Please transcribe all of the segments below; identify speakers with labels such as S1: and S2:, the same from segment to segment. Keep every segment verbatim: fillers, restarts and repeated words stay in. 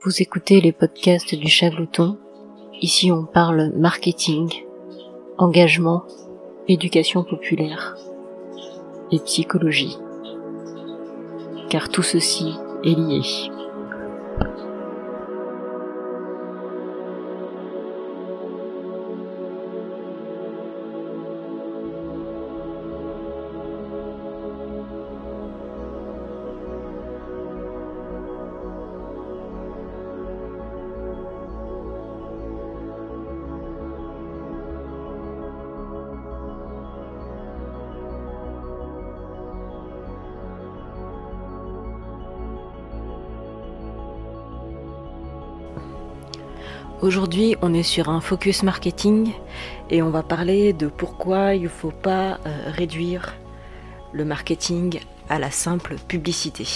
S1: Vous écoutez les podcasts du Chaglouton. Ici on parle marketing, engagement, éducation populaire et psychologie. Car tout ceci est lié. Aujourd'hui, on est sur un focus marketing et on va parler de pourquoi il ne faut pas euh, réduire le marketing à la simple publicité.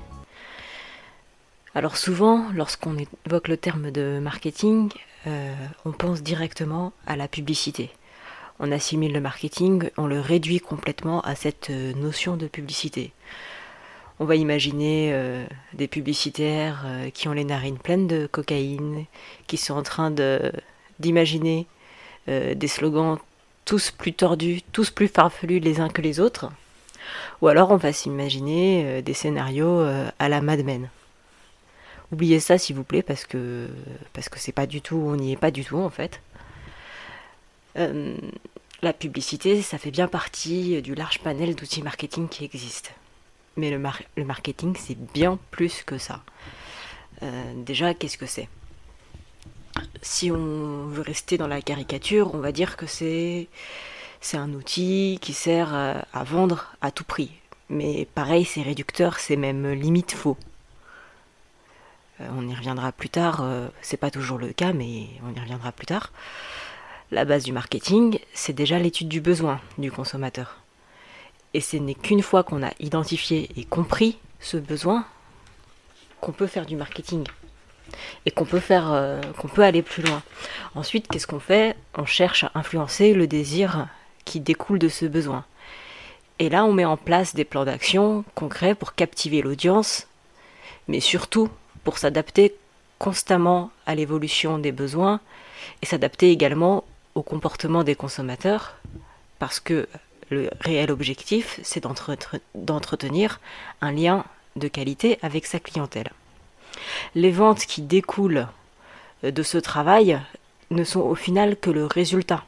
S1: Alors souvent, lorsqu'on évoque le terme de marketing, euh, on pense directement à la publicité. On assimile le marketing, on le réduit complètement à cette notion de publicité. On va imaginer euh, des publicitaires euh, qui ont les narines pleines de cocaïne, qui sont en train de, d'imaginer euh, des slogans tous plus tordus, tous plus farfelus les uns que les autres. Ou alors on va s'imaginer euh, des scénarios euh, à la Mad Men. Oubliez ça s'il vous plaît parce que, parce que c'est pas du tout, on n'y est pas du tout en fait. Euh, la publicité, ça fait bien partie du large panel d'outils marketing qui existent. Mais le, mar- le marketing, c'est bien plus que ça. Euh, déjà, qu'est-ce que c'est ? Si on veut rester dans la caricature, on va dire que c'est, c'est un outil qui sert à, à vendre à tout prix. Mais pareil, c'est réducteur, c'est même limite faux. Euh, on y reviendra plus tard, euh, c'est pas toujours le cas, mais on y reviendra plus tard. La base du marketing, c'est déjà l'étude du besoin du consommateur. Et ce n'est qu'une fois qu'on a identifié et compris ce besoin qu'on peut faire du marketing et qu'on peut faire, euh, qu'on peut aller plus loin. Ensuite, qu'est-ce qu'on fait ? On cherche à influencer le désir qui découle de ce besoin. Et là, on met en place des plans d'action concrets pour captiver l'audience, mais surtout pour s'adapter constamment à l'évolution des besoins et s'adapter également au comportement des consommateurs, parce que le réel objectif, c'est d'entre- d'entretenir un lien de qualité avec sa clientèle. Les ventes qui découlent de ce travail ne sont au final que le résultat.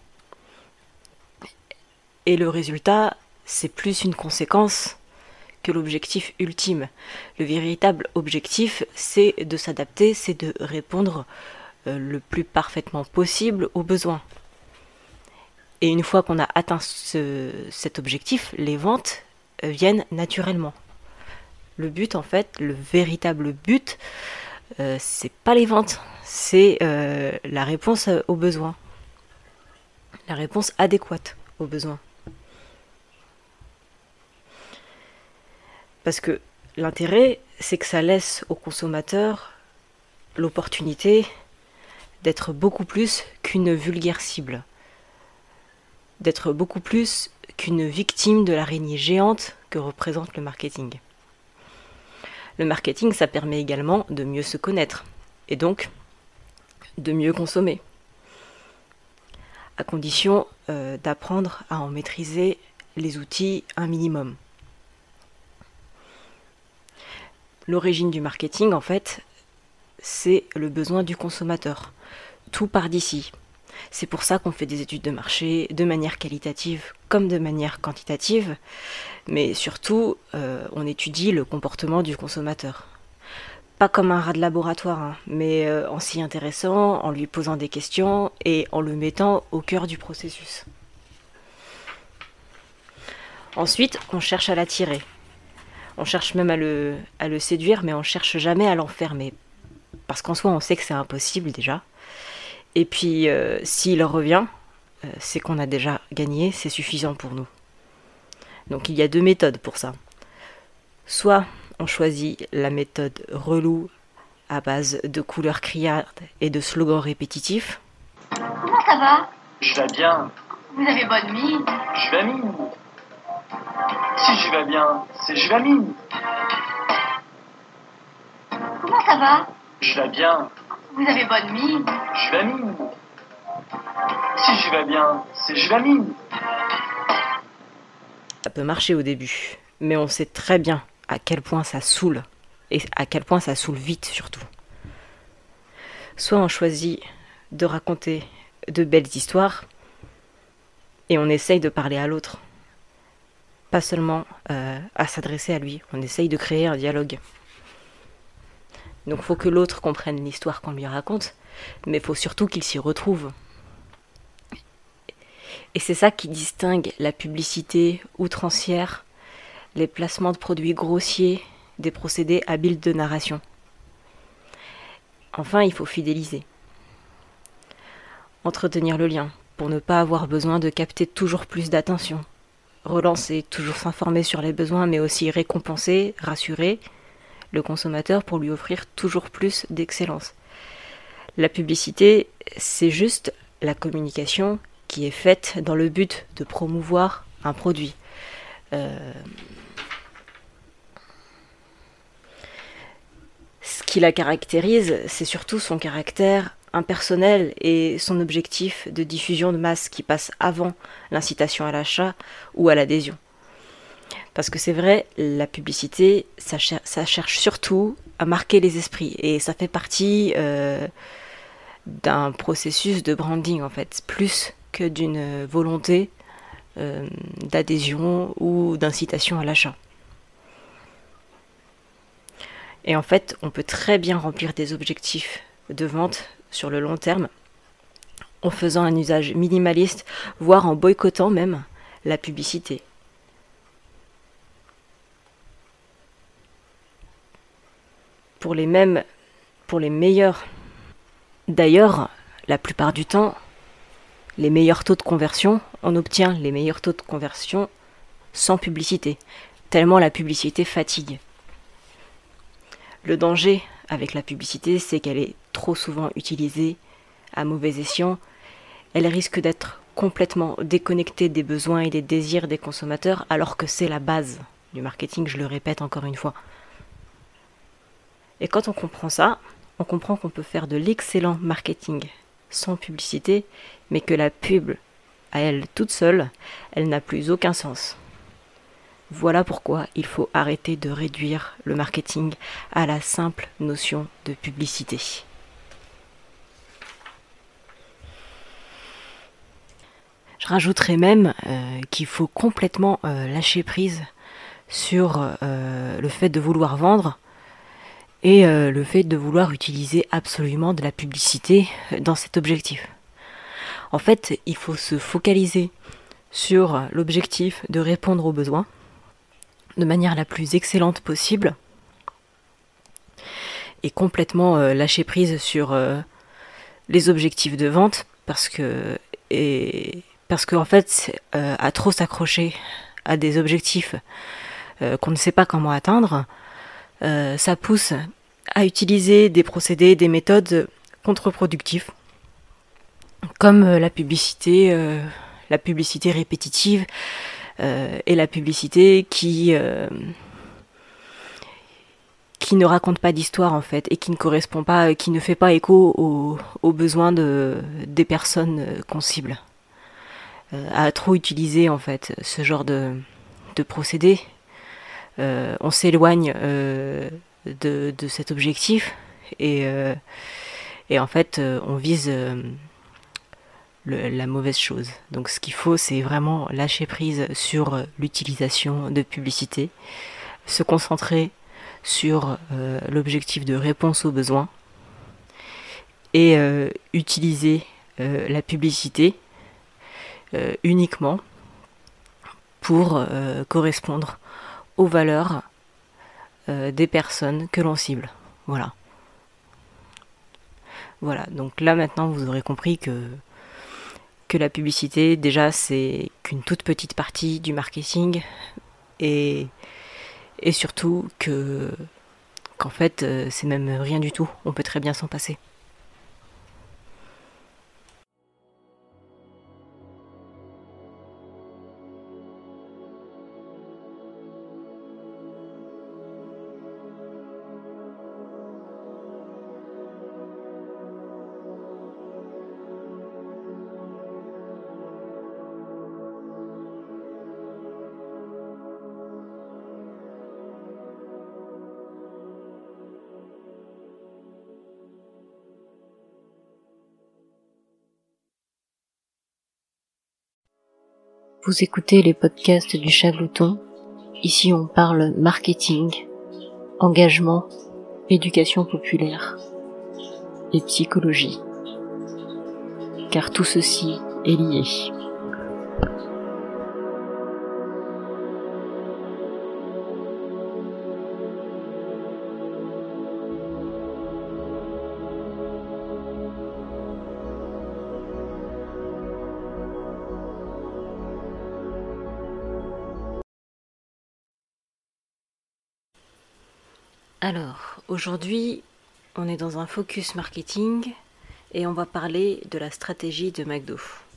S1: Et le résultat, c'est plus une conséquence que l'objectif ultime. Le véritable objectif, c'est de s'adapter, c'est de répondre le plus parfaitement possible aux besoins. Et une fois qu'on a atteint ce, cet objectif, les ventes viennent naturellement. Le but, en fait, le véritable but, euh, c'est pas les ventes, c'est euh, la réponse aux besoins. La réponse adéquate aux besoins. Parce que l'intérêt, c'est que ça laisse au consommateur l'opportunité d'être beaucoup plus qu'une vulgaire cible. D'être beaucoup plus qu'une victime de l'araignée géante que représente le marketing. Le marketing, ça permet également de mieux se connaître, et donc de mieux consommer, à condition euh, d'apprendre à en maîtriser les outils un minimum. L'origine du marketing, en fait, c'est le besoin du consommateur. Tout part d'ici. C'est pour ça qu'on fait des études de marché de manière qualitative comme de manière quantitative, mais surtout, euh, on étudie le comportement du consommateur. Pas comme un rat de laboratoire, hein, mais euh, en s'y intéressant, en lui posant des questions et en le mettant au cœur du processus. Ensuite, on cherche à l'attirer. On cherche même à le, à le séduire, mais on cherche jamais à l'enfermer. Parce qu'en soi, on sait que c'est impossible déjà. Et puis, euh, s'il revient, euh, c'est qu'on a déjà gagné, c'est suffisant pour nous. Donc il y a deux méthodes pour ça. Soit on choisit la méthode relou à base de couleurs criardes et de slogans répétitifs.
S2: Comment ça va ?
S3: Je vais bien.
S2: Vous avez bonne mine.
S3: Je vais mine. Si je vais bien, c'est je vais mine.
S2: Comment ça va ?
S3: Je vais bien.
S2: Vous avez bonne mine.
S3: Je vais mine. Si je vais bien, c'est je vais mine.
S1: Ça peut marcher au début, mais on sait très bien à quel point ça saoule, et à quel point ça saoule vite surtout. Soit on choisit de raconter de belles histoires, et on essaye de parler à l'autre, pas seulement euh, à s'adresser à lui, on essaye de créer un dialogue. Donc il faut que l'autre comprenne l'histoire qu'on lui raconte, mais il faut surtout qu'il s'y retrouve. Et c'est ça qui distingue la publicité outrancière, les placements de produits grossiers, des procédés habiles de narration. Enfin, il faut fidéliser. Entretenir le lien, pour ne pas avoir besoin de capter toujours plus d'attention. Relancer, toujours s'informer sur les besoins, mais aussi récompenser, rassurer le consommateur pour lui offrir toujours plus d'excellence. La publicité, c'est juste la communication qui est faite dans le but de promouvoir un produit. Euh... Ce qui la caractérise, c'est surtout son caractère impersonnel et son objectif de diffusion de masse qui passe avant l'incitation à l'achat ou à l'adhésion. Parce que c'est vrai, la publicité, ça, cher- ça cherche surtout à marquer les esprits. Et ça fait partie euh, d'un processus de branding, en fait, plus que d'une volonté euh, d'adhésion ou d'incitation à l'achat. Et en fait, on peut très bien remplir des objectifs de vente sur le long terme en faisant un usage minimaliste, voire en boycottant même la publicité. Pour les mêmes, pour les meilleurs. D'ailleurs, la plupart du temps, les meilleurs taux de conversion, on obtient les meilleurs taux de conversion sans publicité, tellement la publicité fatigue. Le danger avec la publicité, c'est qu'elle est trop souvent utilisée à mauvais escient. Elle risque d'être complètement déconnectée des besoins et des désirs des consommateurs, alors que c'est la base du marketing, je le répète encore une fois. Et quand on comprend ça, on comprend qu'on peut faire de l'excellent marketing sans publicité, mais que la pub, à elle toute seule, elle n'a plus aucun sens. Voilà pourquoi il faut arrêter de réduire le marketing à la simple notion de publicité. Je rajouterais même euh, qu'il faut complètement euh, lâcher prise sur euh, le fait de vouloir vendre et euh, le fait de vouloir utiliser absolument de la publicité dans cet objectif. En fait, il faut se focaliser sur l'objectif de répondre aux besoins de manière la plus excellente possible et complètement euh, lâcher prise sur euh, les objectifs de vente parce que et parce qu'en fait euh, à trop s'accrocher à des objectifs euh, qu'on ne sait pas comment atteindre, euh, ça pousse à utiliser des procédés, des méthodes contre-productifs comme euh, la publicité euh, la publicité répétitive euh, et la publicité qui euh, qui ne raconte pas d'histoire en fait et qui ne correspond pas, qui ne fait pas écho aux, aux besoins de, des personnes qu'on cible. Euh, à trop utiliser en fait ce genre de, de procédé, euh, on s'éloigne euh, de, de cet objectif et, euh, et en fait euh, on vise euh, le, la mauvaise chose. Donc ce qu'il faut, c'est vraiment lâcher prise sur l'utilisation de publicité, se concentrer sur euh, l'objectif de réponse aux besoins et euh, utiliser euh, la publicité euh, uniquement pour euh, correspondre aux valeurs euh, des personnes que l'on cible. Voilà. Voilà, donc là maintenant vous aurez compris que, que la publicité, déjà c'est qu'une toute petite partie du marketing et, et surtout que qu'en fait euh, c'est même rien du tout, on peut très bien s'en passer. Vous écoutez les podcasts du Chaglouton. Ici on parle marketing, engagement, éducation populaire et psychologie. Car tout ceci est lié. Alors, aujourd'hui, on est dans un focus marketing et on va parler de la stratégie de McDo.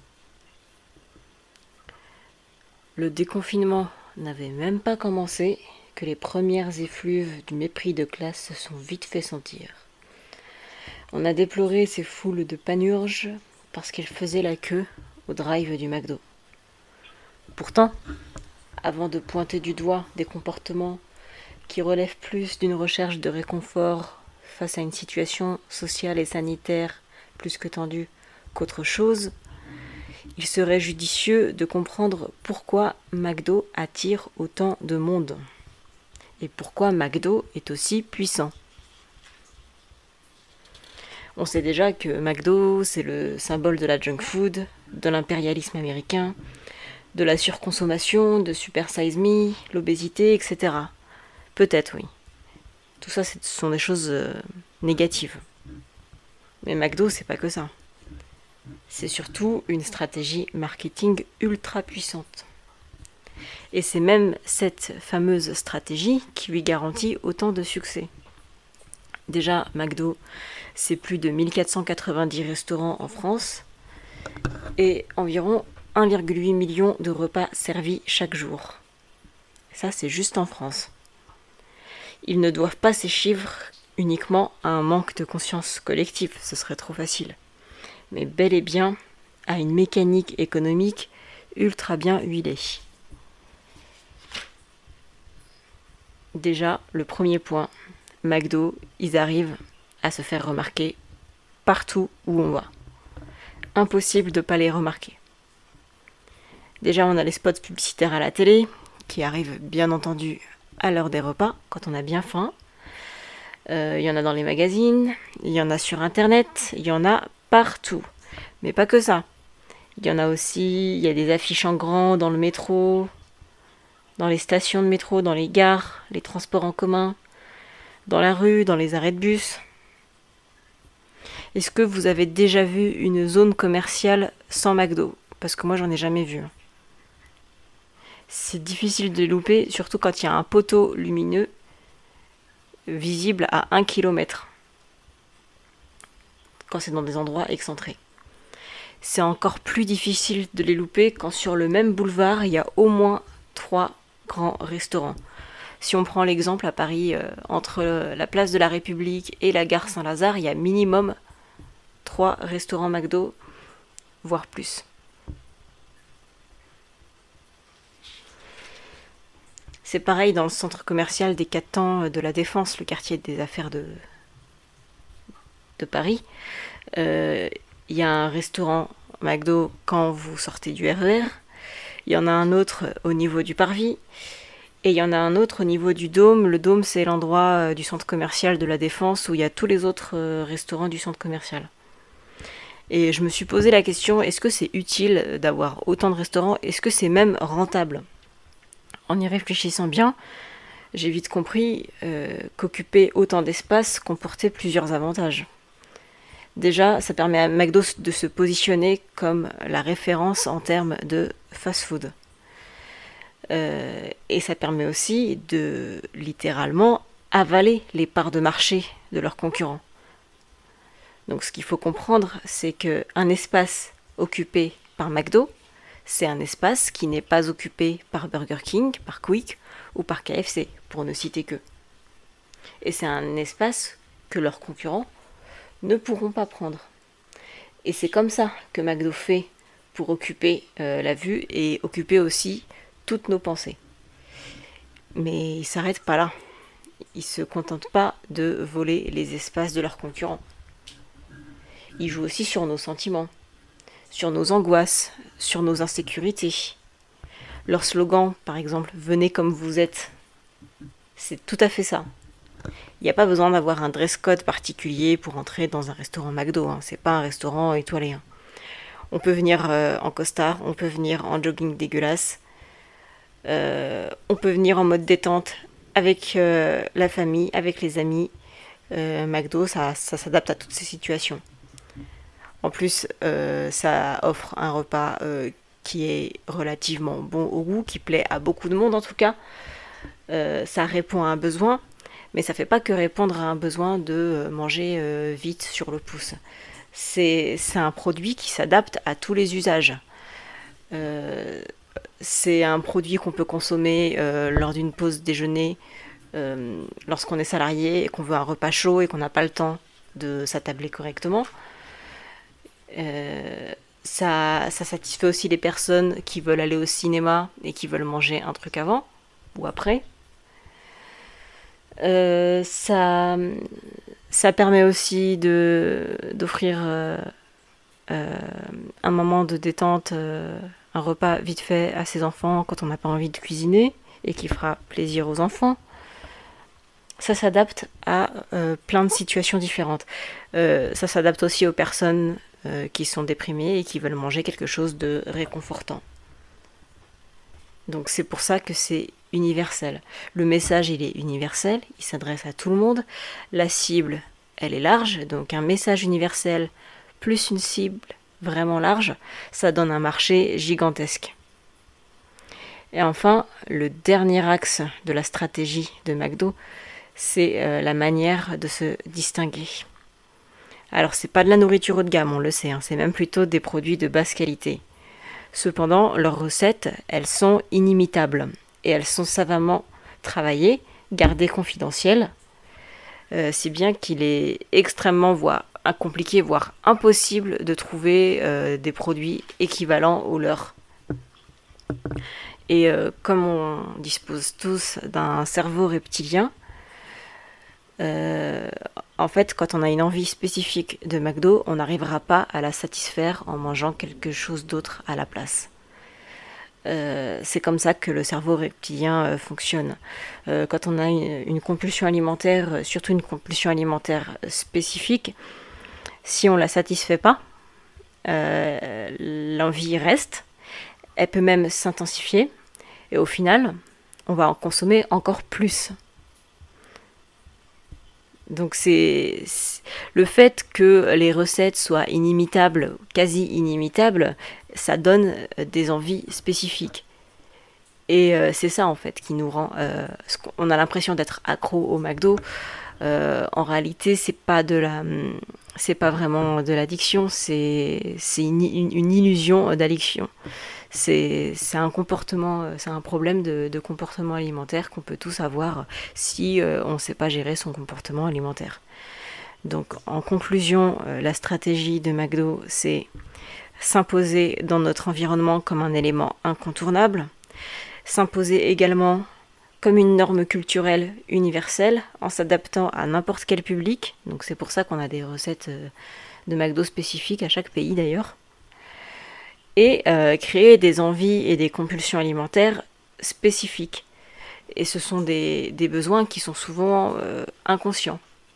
S1: Le déconfinement n'avait même pas commencé que les premières effluves du mépris de classe se sont vite fait sentir. On a déploré ces foules de panurges parce qu'elles faisaient la queue au drive du McDo. Pourtant, avant de pointer du doigt des comportements qui relève plus d'une recherche de réconfort face à une situation sociale et sanitaire plus que tendue qu'autre chose, il serait judicieux de comprendre pourquoi McDo attire autant de monde et pourquoi McDo est aussi puissant. On sait déjà que McDo, c'est le symbole de la junk food, de l'impérialisme américain, de la surconsommation, de Super Size Me, l'obésité, et cetera. Peut-être, oui. Tout ça, ce sont des choses euh, négatives. Mais McDo, c'est pas que ça. C'est surtout une stratégie marketing ultra puissante. Et c'est même cette fameuse stratégie qui lui garantit autant de succès. Déjà, McDo, c'est plus de mille quatre cent quatre-vingt-dix restaurants en France et environ un virgule huit million de repas servis chaque jour. Ça, c'est juste en France. Ils ne doivent pas ces chiffres uniquement à un manque de conscience collective, ce serait trop facile, mais bel et bien à une mécanique économique ultra bien huilée. Déjà, le premier point, McDo, ils arrivent à se faire remarquer partout où on va. Impossible de ne pas les remarquer. Déjà, on a les spots publicitaires à la télé, qui arrivent bien entendu à l'heure des repas, quand on a bien faim. Euh, il y en a dans les magazines, il y en a sur Internet, il y en a partout. Mais pas que ça. Il y en a aussi, il y a des affiches en grand dans le métro, dans les stations de métro, dans les gares, les transports en commun, dans la rue, dans les arrêts de bus. Est-ce que vous avez déjà vu une zone commerciale sans McDo ? Parce que moi, j'en ai jamais vu. C'est difficile de louper, surtout quand il y a un poteau lumineux visible à un kilomètre. Quand c'est dans des endroits excentrés. C'est encore plus difficile de les louper quand sur le même boulevard, il y a au moins trois grands restaurants. Si on prend l'exemple à Paris, euh, entre la place de la République et la gare Saint-Lazare, il y a minimum trois restaurants McDo, voire plus. C'est pareil dans le centre commercial des quatre temps de la Défense, le quartier des affaires de, de Paris. Euh, il y a un restaurant McDo quand vous sortez du R E R. Il y en a un autre au niveau du Parvis. Et il y en a un autre au niveau du Dôme. Le Dôme, c'est l'endroit du centre commercial de la Défense où il y a tous les autres restaurants du centre commercial. Et je me suis posé la question, est-ce que c'est utile d'avoir autant de restaurants ? Est-ce que c'est même rentable ? En y réfléchissant bien, j'ai vite compris euh, qu'occuper autant d'espace comportait plusieurs avantages. Déjà, ça permet à McDo de se positionner comme la référence en termes de fast-food. Euh, et ça permet aussi de littéralement avaler les parts de marché de leurs concurrents. Donc ce qu'il faut comprendre, c'est qu'un espace occupé par McDo, c'est un espace qui n'est pas occupé par Burger King, par Quick ou par K F C, pour ne citer qu'eux. Et c'est un espace que leurs concurrents ne pourront pas prendre. Et c'est comme ça que McDo fait pour occuper euh, la vue et occuper aussi toutes nos pensées. Mais ils ne s'arrêtent pas là. Ils ne se contentent pas de voler les espaces de leurs concurrents. Ils jouent aussi sur nos sentiments, sur nos angoisses, sur nos insécurités. Leur slogan, par exemple, « Venez comme vous êtes », c'est tout à fait ça. Il n'y a pas besoin d'avoir un dress code particulier pour entrer dans un restaurant McDo. Hein. C'est pas un restaurant étoilé. Hein. On peut venir euh, en costard, on peut venir en jogging dégueulasse, euh, on peut venir en mode détente avec euh, la famille, avec les amis. Euh, McDo, ça, ça s'adapte à toutes ces situations. En plus, euh, ça offre un repas euh, qui est relativement bon au goût, qui plaît à beaucoup de monde en tout cas. Euh, ça répond à un besoin. Mais ça ne fait pas que répondre à un besoin de manger euh, vite sur le pouce. C'est, c'est un produit qui s'adapte à tous les usages. Euh, c'est un produit qu'on peut consommer euh, lors d'une pause déjeuner, euh, lorsqu'on est salarié et qu'on veut un repas chaud et qu'on n'a pas le temps de s'attabler correctement. Euh, ça, ça satisfait aussi les personnes qui veulent aller au cinéma et qui veulent manger un truc avant ou après. Euh, ça, ça permet aussi de, d'offrir euh, euh, un moment de détente, euh, un repas vite fait à ses enfants quand on n'a pas envie de cuisiner et qui fera plaisir aux enfants. Ça s'adapte à euh, plein de situations différentes. Euh, ça s'adapte aussi aux personnes euh, qui sont déprimées et qui veulent manger quelque chose de réconfortant. Donc c'est pour ça que c'est universel. Le message, il est universel, il s'adresse à tout le monde. La cible, elle est large, donc un message universel plus une cible vraiment large, ça donne un marché gigantesque. Et enfin, le dernier axe de la stratégie de McDo, c'est euh, la manière de se distinguer. Alors c'est pas de la nourriture haut de gamme, on le sait, hein, c'est même plutôt des produits de basse qualité. Cependant, leurs recettes, elles sont inimitables et elles sont savamment travaillées, gardées confidentielles, euh, si bien qu'il est extrêmement voire compliqué, voire impossible de trouver euh, des produits équivalents aux leurs. Et euh, comme on dispose tous d'un cerveau reptilien, euh, en fait, quand on a une envie spécifique de McDo, on n'arrivera pas à la satisfaire en mangeant quelque chose d'autre à la place. Euh, c'est comme ça que le cerveau reptilien euh, fonctionne. Euh, quand on a une, une compulsion alimentaire, surtout une compulsion alimentaire spécifique, si on ne la satisfait pas, euh, l'envie reste, elle peut même s'intensifier, et au final, on va en consommer encore plus. Donc c'est, c'est le fait que les recettes soient inimitables, quasi inimitables, ça donne des envies spécifiques. Et euh, c'est ça en fait qui nous rend, euh, on a l'impression d'être accro au McDo. Euh, en réalité, c'est pas de la, c'est pas vraiment de l'addiction, c'est c'est une, une, une illusion d'addiction. C'est, c'est un comportement, c'est un problème de, de comportement alimentaire qu'on peut tous avoir si euh, on ne sait pas gérer son comportement alimentaire. Donc en conclusion, euh, la stratégie de McDo, c'est s'imposer dans notre environnement comme un élément incontournable, s'imposer également comme une norme culturelle universelle en s'adaptant à n'importe quel public. Donc c'est pour ça qu'on a des recettes de McDo spécifiques à chaque pays d'ailleurs. Et euh, créer des envies et des compulsions alimentaires spécifiques. Et ce sont des, des besoins qui sont souvent euh, inconscients.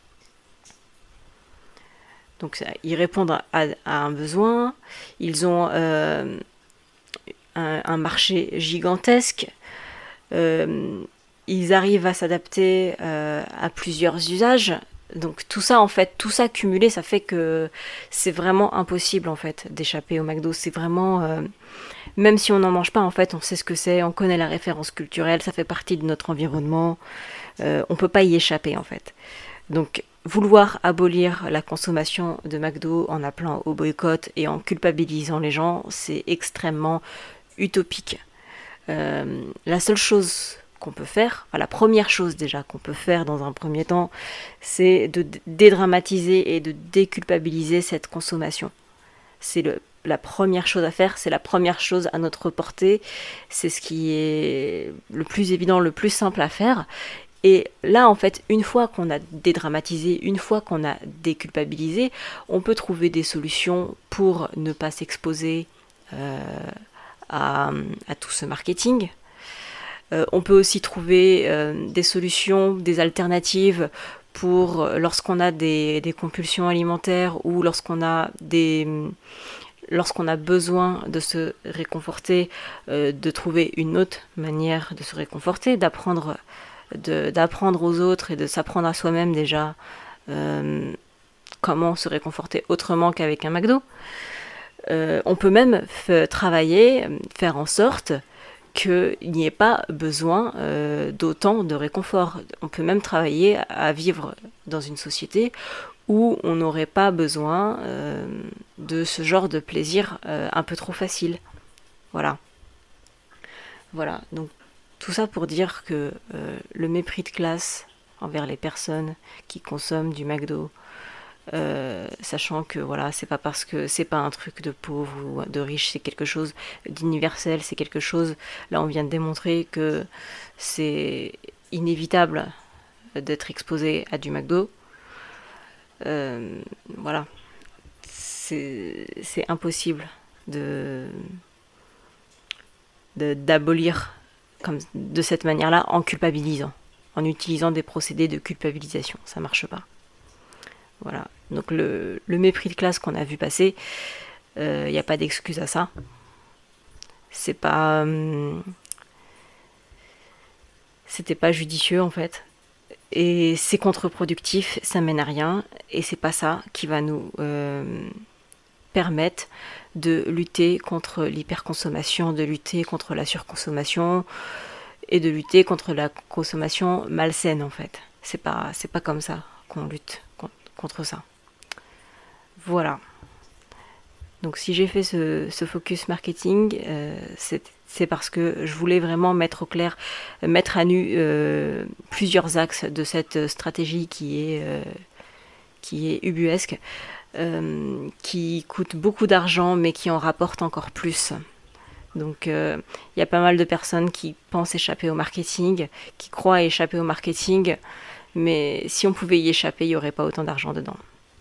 S1: Donc ils répondent à, à un besoin, ils ont euh, un, un marché gigantesque, euh, ils arrivent à s'adapter euh, à plusieurs usages. Donc tout ça en fait, tout ça cumulé, ça fait que c'est vraiment impossible en fait d'échapper au McDo. C'est vraiment, euh, même si on n'en mange pas en fait, on sait ce que c'est, on connaît la référence culturelle, ça fait partie de notre environnement, euh, on peut pas y échapper en fait. Donc vouloir abolir la consommation de McDo en appelant au boycott et en culpabilisant les gens, c'est extrêmement utopique. Euh, la seule chose qu'on peut faire, enfin, la première chose déjà qu'on peut faire dans un premier temps, c'est de dédramatiser et de déculpabiliser cette consommation. C'est le, la première chose à faire, c'est la première chose à notre portée, c'est ce qui est le plus évident, le plus simple à faire. Et là, en fait, une fois qu'on a dédramatisé, une fois qu'on a déculpabilisé, on peut trouver des solutions pour ne pas s'exposer euh, à, à tout ce marketing. Euh, on peut aussi trouver euh, des solutions, des alternatives pour lorsqu'on a des, des compulsions alimentaires ou lorsqu'on a des... lorsqu'on a besoin de se réconforter, euh, de trouver une autre manière de se réconforter, d'apprendre, de, d'apprendre aux autres et de s'apprendre à soi-même déjà euh, comment se réconforter autrement qu'avec un McDo. Euh, on peut même f- travailler, faire en sorte qu'il n'y ait pas besoin euh, d'autant de réconfort. On peut même travailler à vivre dans une société où on n'aurait pas besoin euh, de ce genre de plaisir euh, un peu trop facile. Voilà. Voilà. Donc tout ça pour dire que euh, le mépris de classe envers les personnes qui consomment du McDo, euh, sachant que voilà, c'est pas parce que c'est pas un truc de pauvre ou de riche, c'est quelque chose d'universel, c'est quelque chose. Là, on vient de démontrer que c'est inévitable d'être exposé à du McDo. Euh, voilà. C'est, c'est impossible de, de d'abolir comme de cette manière-là en culpabilisant, en utilisant des procédés de culpabilisation. Ça marche pas. Voilà. Donc le, le mépris de classe qu'on a vu passer, il euh, n'y a pas d'excuse à ça. C'est pas, hum, c'était pas judicieux en fait. Et c'est contre-productif, ça mène à rien. Et c'est pas ça qui va nous euh, permettre de lutter contre l'hyperconsommation, de lutter contre la surconsommation et de lutter contre la consommation malsaine en fait. C'est pas, c'est pas comme ça qu'on lutte contre ça. Voilà. Donc si j'ai fait ce, ce focus marketing, euh, c'est, c'est parce que je voulais vraiment mettre au clair, mettre à nu euh, plusieurs axes de cette stratégie qui est, euh, qui est ubuesque, euh, qui coûte beaucoup d'argent mais qui en rapporte encore plus. Donc il euh, y a pas mal de personnes qui pensent échapper au marketing, qui croient échapper au marketing, mais si on pouvait y échapper, il n'y aurait pas autant d'argent dedans.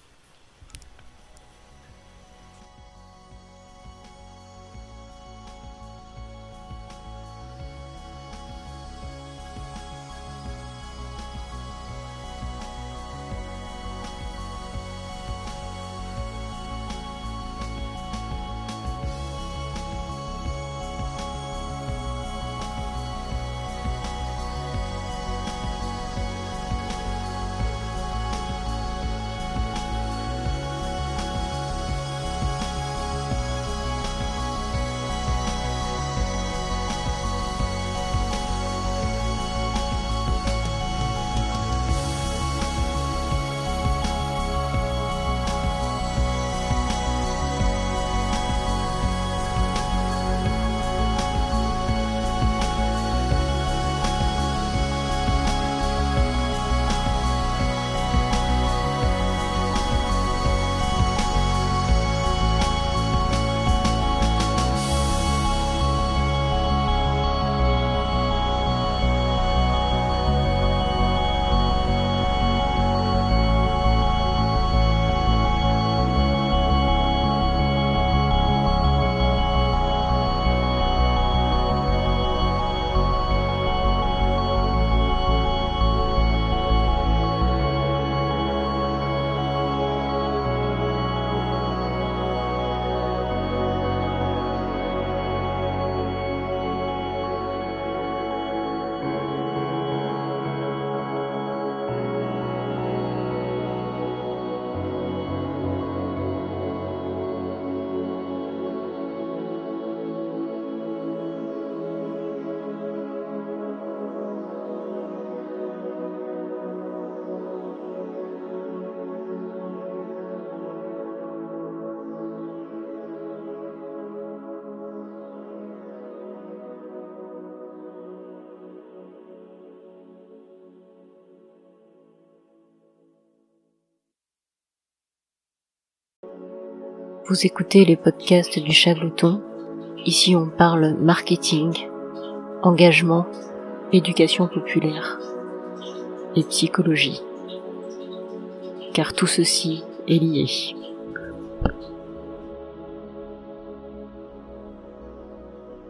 S1: Vous écoutez les podcasts du Chaglouton. Ici on parle marketing, engagement, éducation populaire et psychologie. Car tout ceci est lié.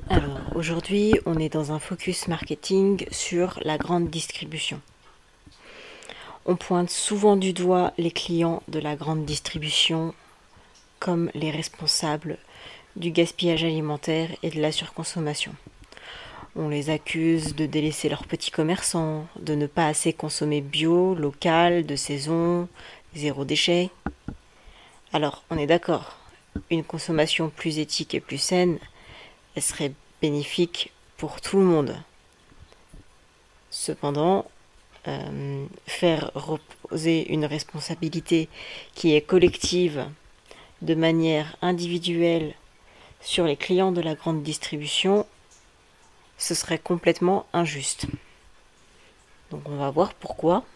S1: Alors aujourd'hui, on est dans un focus marketing sur la grande distribution. On pointe souvent du doigt les clients de la grande distribution comme les responsables du gaspillage alimentaire et de la surconsommation. On les accuse de délaisser leurs petits commerçants, de ne pas assez consommer bio, local, de saison, zéro déchet. Alors, on est d'accord, une consommation plus éthique et plus saine, elle serait bénéfique pour tout le monde. Cependant, euh, faire reposer une responsabilité qui est collective de manière individuelle sur les clients de la grande distribution, ce serait complètement injuste. Donc on va voir pourquoi.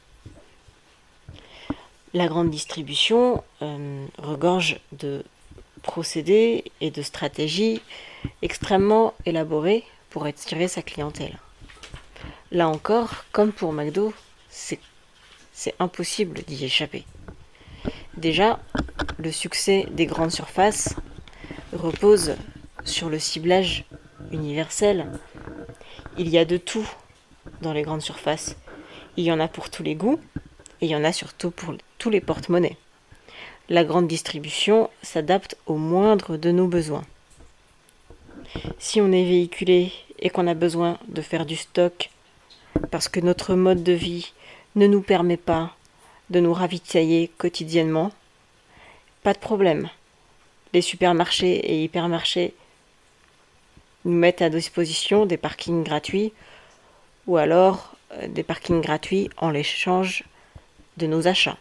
S1: La grande distribution euh, regorge de procédés et de stratégies extrêmement élaborées pour attirer sa clientèle. Là encore, comme pour McDo, c'est, c'est impossible d'y échapper. Déjà, le succès des grandes surfaces repose sur le ciblage universel. Il y a de tout dans les grandes surfaces. Il y en a pour tous les goûts et il y en a surtout pour tous les porte-monnaies. La grande distribution s'adapte au moindre de nos besoins. Si on est véhiculé et qu'on a besoin de faire du stock parce que notre mode de vie ne nous permet pas de nous ravitailler quotidiennement, pas de problème. Les supermarchés et hypermarchés nous mettent à disposition des parkings gratuits ou alors euh, des parkings gratuits en l'échange de nos achats.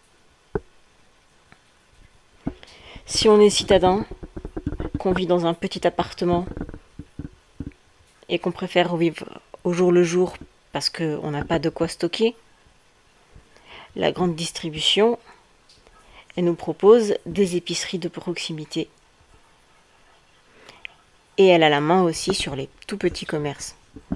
S1: Si on est citadin, qu'on vit dans un petit appartement et qu'on préfère vivre au jour le jour parce qu'on n'a pas de quoi stocker, la grande distribution, elle nous propose des épiceries de proximité. Et elle a la main aussi sur les tout petits commerces.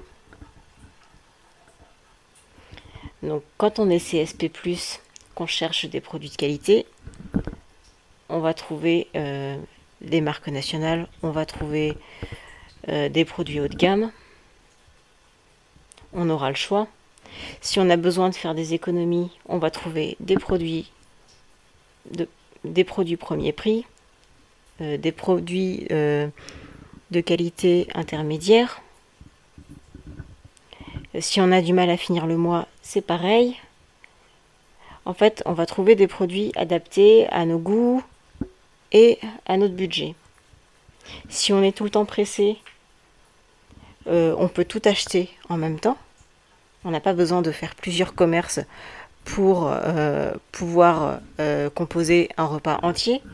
S1: Donc quand on est C S P plus, qu'on cherche des produits de qualité, on va trouver euh, des marques nationales, on va trouver euh, des produits haut de gamme. On aura le choix. Si on a besoin de faire des économies, on va trouver des produits de, des produits premier prix, euh, des produits euh, de qualité intermédiaire. Si on a du mal à finir le mois, c'est pareil. En fait, on va trouver des produits adaptés à nos goûts et à notre budget. Si on est tout le temps pressé, euh, on peut tout acheter en même temps. On n'a pas besoin de faire plusieurs commerces pour euh, pouvoir euh, composer un repas entier.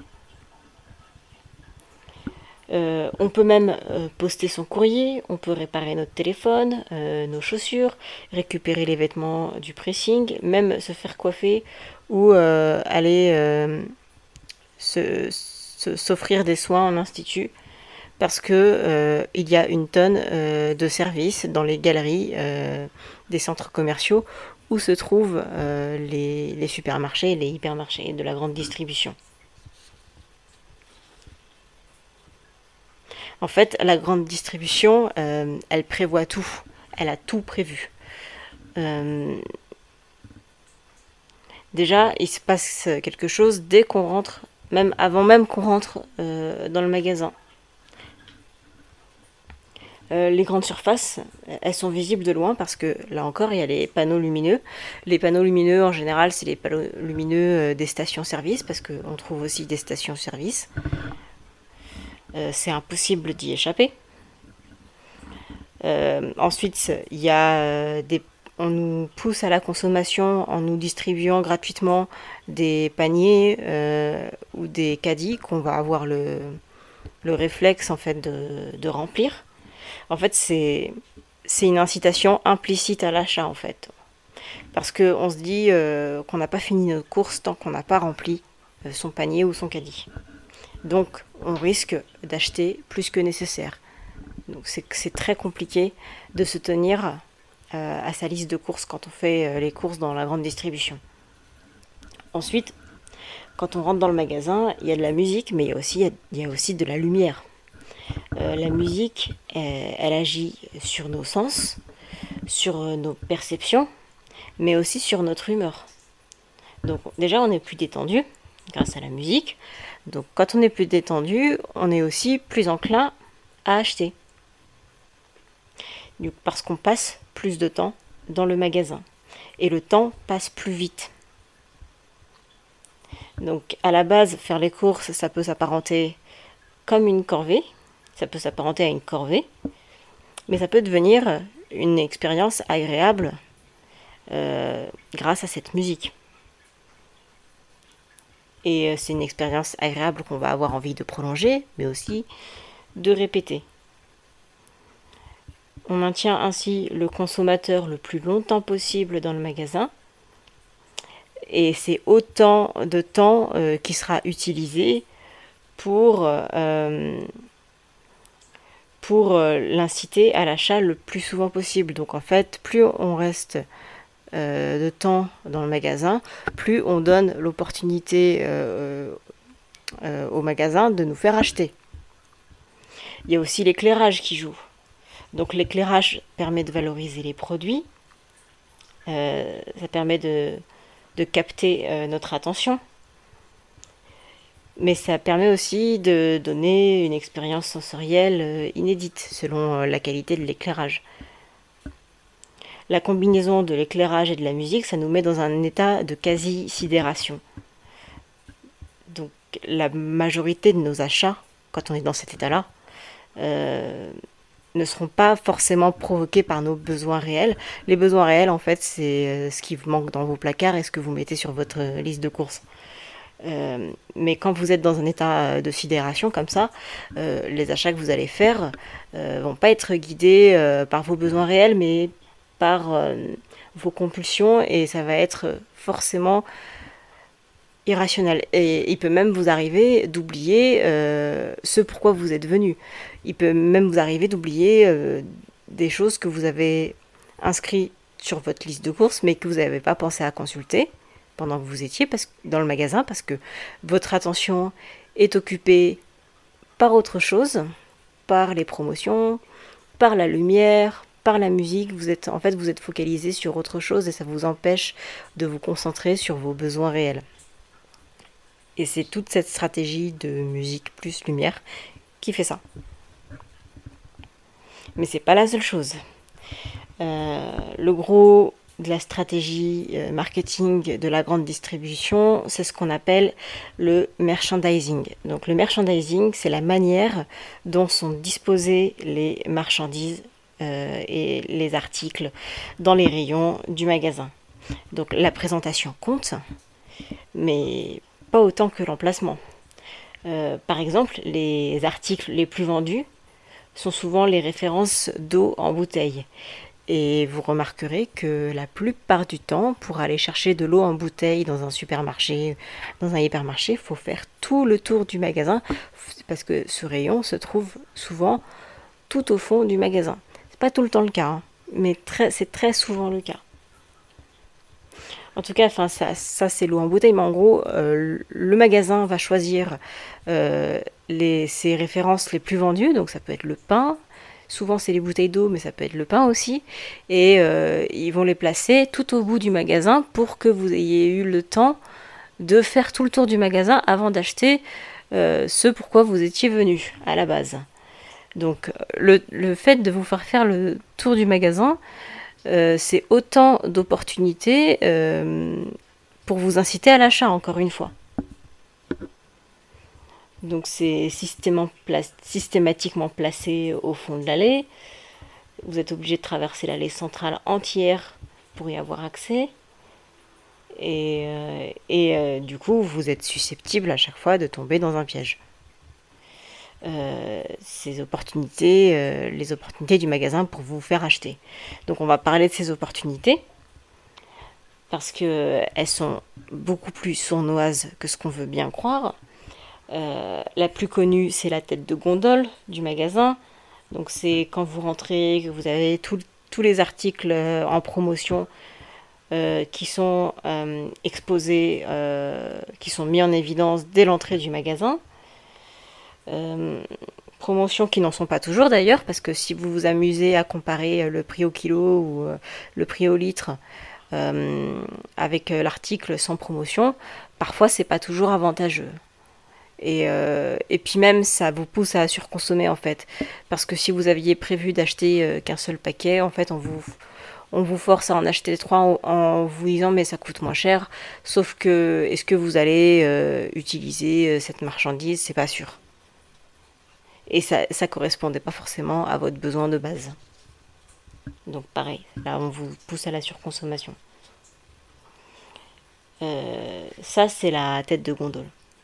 S1: Euh, on peut même euh, poster son courrier, on peut réparer notre téléphone, euh, nos chaussures, récupérer les vêtements du pressing, même se faire coiffer ou euh, aller euh, se, se, s'offrir des soins en institut parce que euh, il y a une tonne euh, de services dans les galeries euh, des centres commerciaux où se trouvent euh, les, les supermarchés et les hypermarchés de la grande distribution. En fait, la grande distribution, euh, elle prévoit tout. Elle a tout prévu. Euh, déjà, il se passe quelque chose dès qu'on rentre, même avant même qu'on rentre euh, dans le magasin. Euh, les grandes surfaces, elles sont visibles de loin parce que, là encore, il y a les panneaux lumineux. Les panneaux lumineux, en général, c'est les panneaux lumineux des stations-service parce qu'on trouve aussi des stations-service. Euh, c'est impossible d'y échapper. Euh, ensuite, il y a euh, des, on nous pousse à la consommation en nous distribuant gratuitement des paniers euh, ou des caddies qu'on va avoir le, le réflexe en fait de, de remplir. En fait, c'est, c'est une incitation implicite à l'achat en fait, parce que on se dit euh, qu'on n'a pas fini notre course tant qu'on n'a pas rempli euh, son panier ou son caddie. Donc, on risque d'acheter plus que nécessaire. Donc, c'est, c'est très compliqué de se tenir euh, à sa liste de courses quand on fait euh, les courses dans la grande distribution. Ensuite, quand on rentre dans le magasin, il y a de la musique, mais il y a aussi, il y a aussi de la lumière. Euh, la musique, elle, elle agit sur nos sens, sur nos perceptions, mais aussi sur notre humeur. Donc déjà, on est plus détendu grâce à la musique. Donc quand on est plus détendu, on est aussi plus enclin à acheter. Parce qu'on passe plus de temps dans le magasin. Et le temps passe plus vite. Donc à la base, faire les courses, ça peut s'apparenter comme une corvée. Ça peut s'apparenter à une corvée. Mais ça peut devenir une expérience agréable euh, grâce à cette musique. Et c'est une expérience agréable qu'on va avoir envie de prolonger, mais aussi de répéter. On maintient ainsi le consommateur le plus longtemps possible dans le magasin. Et c'est autant de temps euh, qui sera utilisé pour, euh, pour euh, l'inciter à l'achat le plus souvent possible. Donc en fait, plus on reste euh, de temps dans le magasin, plus on donne l'opportunité euh, euh, au magasin de nous faire acheter. Il y a aussi l'éclairage qui joue. Donc l'éclairage permet de valoriser les produits, euh, ça permet de, de capter euh, notre attention, mais ça permet aussi de donner une expérience sensorielle euh, inédite selon euh, la qualité de l'éclairage. La combinaison de l'éclairage et de la musique, ça nous met dans un état de quasi-sidération. Donc la majorité de nos achats, quand on est dans cet état-là, euh, ne seront pas forcément provoqués par nos besoins réels. Les besoins réels, en fait, c'est ce qui vous manque dans vos placards et ce que vous mettez sur votre liste de courses. Euh, mais quand vous êtes dans un état de sidération comme ça, euh, les achats que vous allez faire euh, vont pas être guidés euh, par vos besoins réels, mais par euh, vos compulsions, et ça va être forcément irrationnel. Et il peut même vous arriver d'oublier euh, ce pourquoi vous êtes venu. Il peut même vous arriver d'oublier euh, des choses que vous avez inscrites sur votre liste de courses, mais que vous n'avez pas pensé à consulter pendant que vous étiez parce que, dans le magasin, parce que votre attention est occupée par autre chose, par les promotions, par la lumière, par la musique. Vous êtes, en fait, vous êtes focalisé sur autre chose et ça vous empêche de vous concentrer sur vos besoins réels. Et c'est toute cette stratégie de musique plus lumière qui fait ça. Mais c'est pas la seule chose. Euh, le gros de la stratégie euh, marketing de la grande distribution, c'est ce qu'on appelle le merchandising. Donc le merchandising, c'est la manière dont sont disposées les marchandises euh, et les articles dans les rayons du magasin. Donc la présentation compte, mais pas autant que l'emplacement. Euh, par exemple, les articles les plus vendus sont souvent les références d'eau en bouteille. Et vous remarquerez que la plupart du temps, pour aller chercher de l'eau en bouteille dans un supermarché, dans un hypermarché, il faut faire tout le tour du magasin parce que ce rayon se trouve souvent tout au fond du magasin. C'est pas tout le temps le cas, hein, mais très, c'est très souvent le cas. En tout cas, enfin, ça, ça c'est l'eau en bouteille, mais en gros, euh, le magasin va choisir euh, les, ses références les plus vendues, donc ça peut être le pain, souvent c'est les bouteilles d'eau, mais ça peut être le pain aussi, et euh, ils vont les placer tout au bout du magasin pour que vous ayez eu le temps de faire tout le tour du magasin avant d'acheter euh, ce pourquoi vous étiez venu à la base. Donc le, le fait de vous faire faire le tour du magasin, Euh, c'est autant d'opportunités euh, pour vous inciter à l'achat, encore une fois. Donc c'est systématiquement placé au fond de l'allée. Vous êtes obligé de traverser l'allée centrale entière pour y avoir accès. Et, euh, et euh, du coup, vous êtes susceptible à chaque fois de tomber dans un piège. Euh, ces opportunités, euh, les opportunités du magasin pour vous faire acheter. Donc on va parler de ces opportunités parce que elles sont beaucoup plus sournoises que ce qu'on veut bien croire. Euh, la plus connue, c'est la tête de gondole du magasin. Donc c'est quand vous rentrez, que vous avez tout, tous les articles en promotion euh, qui sont euh, exposés, euh, qui sont mis en évidence dès l'entrée du magasin. Euh, promotions qui n'en sont pas toujours d'ailleurs, parce que si vous vous amusez à comparer le prix au kilo ou le prix au litre euh, avec l'article sans promotion, parfois c'est pas toujours avantageux. Et, euh, et puis même ça vous pousse à surconsommer en fait, parce que si vous aviez prévu d'acheter euh, qu'un seul paquet, en fait on vous, on vous force à en acheter trois en, en vous disant mais ça coûte moins cher, sauf que est-ce que vous allez euh, utiliser euh, cette marchandise, c'est pas sûr. Et ça ça correspondait pas forcément à votre besoin de base. Donc pareil, là on vous pousse à la surconsommation. Euh, ça c'est la tête de gondole.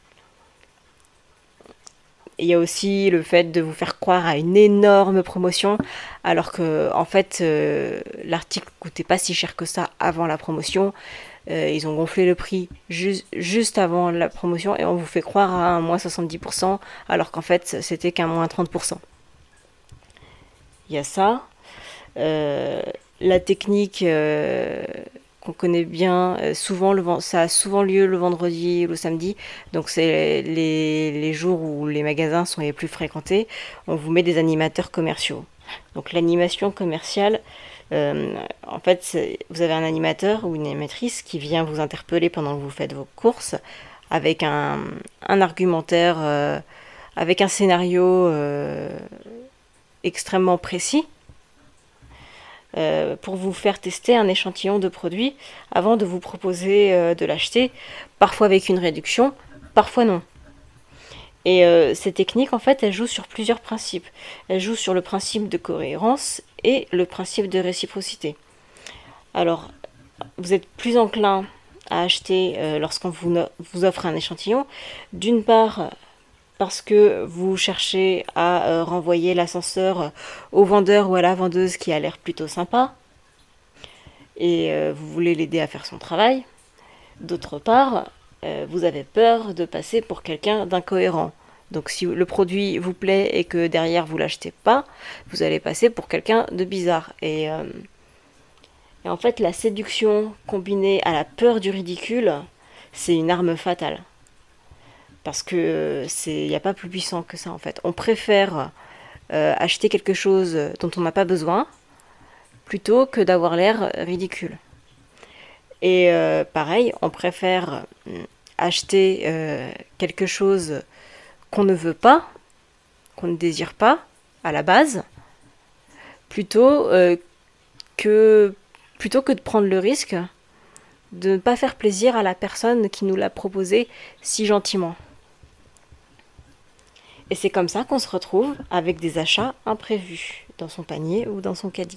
S1: Il y a aussi le fait de vous faire croire à une énorme promotion, alors que en fait euh, l'article coûtait pas si cher que ça avant la promotion. Euh, ils ont gonflé le prix ju juste avant la promotion et on vous fait croire à un moins soixante-dix pour cent, alors qu'en fait c'était qu'un moins trente pour cent. Il y a ça. Euh, la technique euh, qu'on connaît bien, euh, souvent le, ça a souvent lieu le vendredi ou le samedi, donc c'est les, les jours où les magasins sont les plus fréquentés. On vous met des animateurs commerciaux. Donc l'animation commerciale, euh, en fait, vous avez un animateur ou une animatrice qui vient vous interpeller pendant que vous faites vos courses avec un, un argumentaire, euh, avec un scénario euh, extrêmement précis. Euh, pour vous faire tester un échantillon de produit avant de vous proposer euh, de l'acheter, parfois avec une réduction, parfois non. Et euh, ces techniques, en fait, elles jouent sur plusieurs principes. Elles jouent sur le principe de cohérence et le principe de réciprocité. Alors, vous êtes plus enclin à acheter euh, lorsqu'on vous, no vous offre un échantillon, d'une part parce que vous cherchez à euh, renvoyer l'ascenseur au vendeur ou à la vendeuse qui a l'air plutôt sympa, et euh, vous voulez l'aider à faire son travail. D'autre part, euh, vous avez peur de passer pour quelqu'un d'incohérent. Donc si le produit vous plaît et que derrière vous l'achetez pas, vous allez passer pour quelqu'un de bizarre. Et, euh, et en fait, la séduction combinée à la peur du ridicule, c'est une arme fatale. Parce que c'est, y a pas plus puissant que ça en fait. On préfère euh, acheter quelque chose dont on n'a pas besoin plutôt que d'avoir l'air ridicule. Et euh, pareil, on préfère acheter euh, quelque chose qu'on ne veut pas, qu'on ne désire pas à la base, plutôt euh, que plutôt que de prendre le risque de ne pas faire plaisir à la personne qui nous l'a proposé si gentiment. Et c'est comme ça qu'on se retrouve avec des achats imprévus dans son panier ou dans son caddie.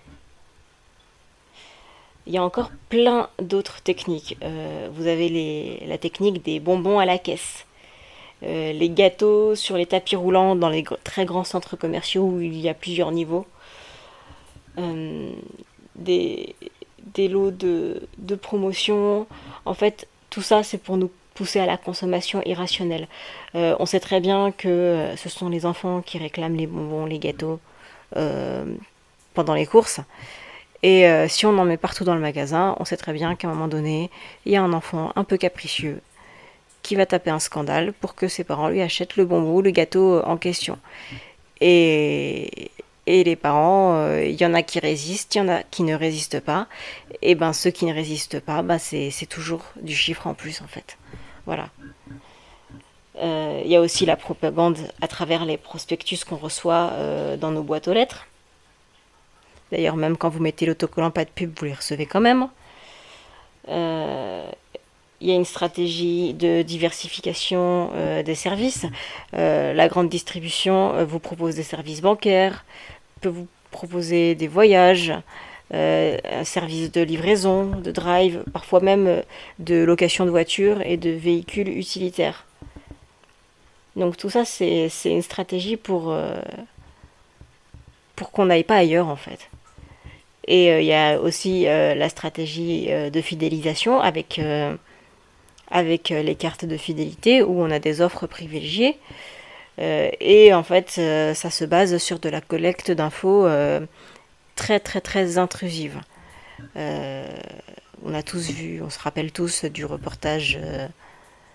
S1: Il y a encore plein d'autres techniques. Euh, vous avez les, la technique des bonbons à la caisse. Euh, les gâteaux sur les tapis roulants dans les très grands centres commerciaux où il y a plusieurs niveaux. Euh, des, des lots de, de promotion. En fait, tout ça, c'est pour nous pousser à la consommation irrationnelle. Euh, on sait très bien que ce sont les enfants qui réclament les bonbons, les gâteaux euh, pendant les courses. Et euh, si on en met partout dans le magasin, on sait très bien qu'à un moment donné, il y a un enfant un peu capricieux qui va taper un scandale pour que ses parents lui achètent le bonbon ou le gâteau en question. Et, et les parents, il euh, y en a qui résistent, il y en a qui ne résistent pas. Et ben ceux qui ne résistent pas, ben, c'est toujours du chiffre en plus en fait. Voilà. Il euh, y a aussi la propagande à travers les prospectus qu'on reçoit euh, dans nos boîtes aux lettres. D'ailleurs, même quand vous mettez l'autocollant pas de pub, vous les recevez quand même. Il euh, y a une stratégie de diversification euh, des services. Euh, la grande distribution euh, vous propose des services bancaires, peut vous proposer des voyages, euh, un service de livraison, de drive, parfois même de location de voitures et de véhicules utilitaires. Donc tout ça, c'est une stratégie pour, euh, pour qu'on n'aille pas ailleurs en fait. Et il euh, y a aussi euh, la stratégie euh, de fidélisation avec, euh, avec euh, les cartes de fidélité où on a des offres privilégiées. Euh, et en fait, euh, ça se base sur de la collecte d'infos euh, très très très intrusive. Euh, on a tous vu, on se rappelle tous du reportage euh,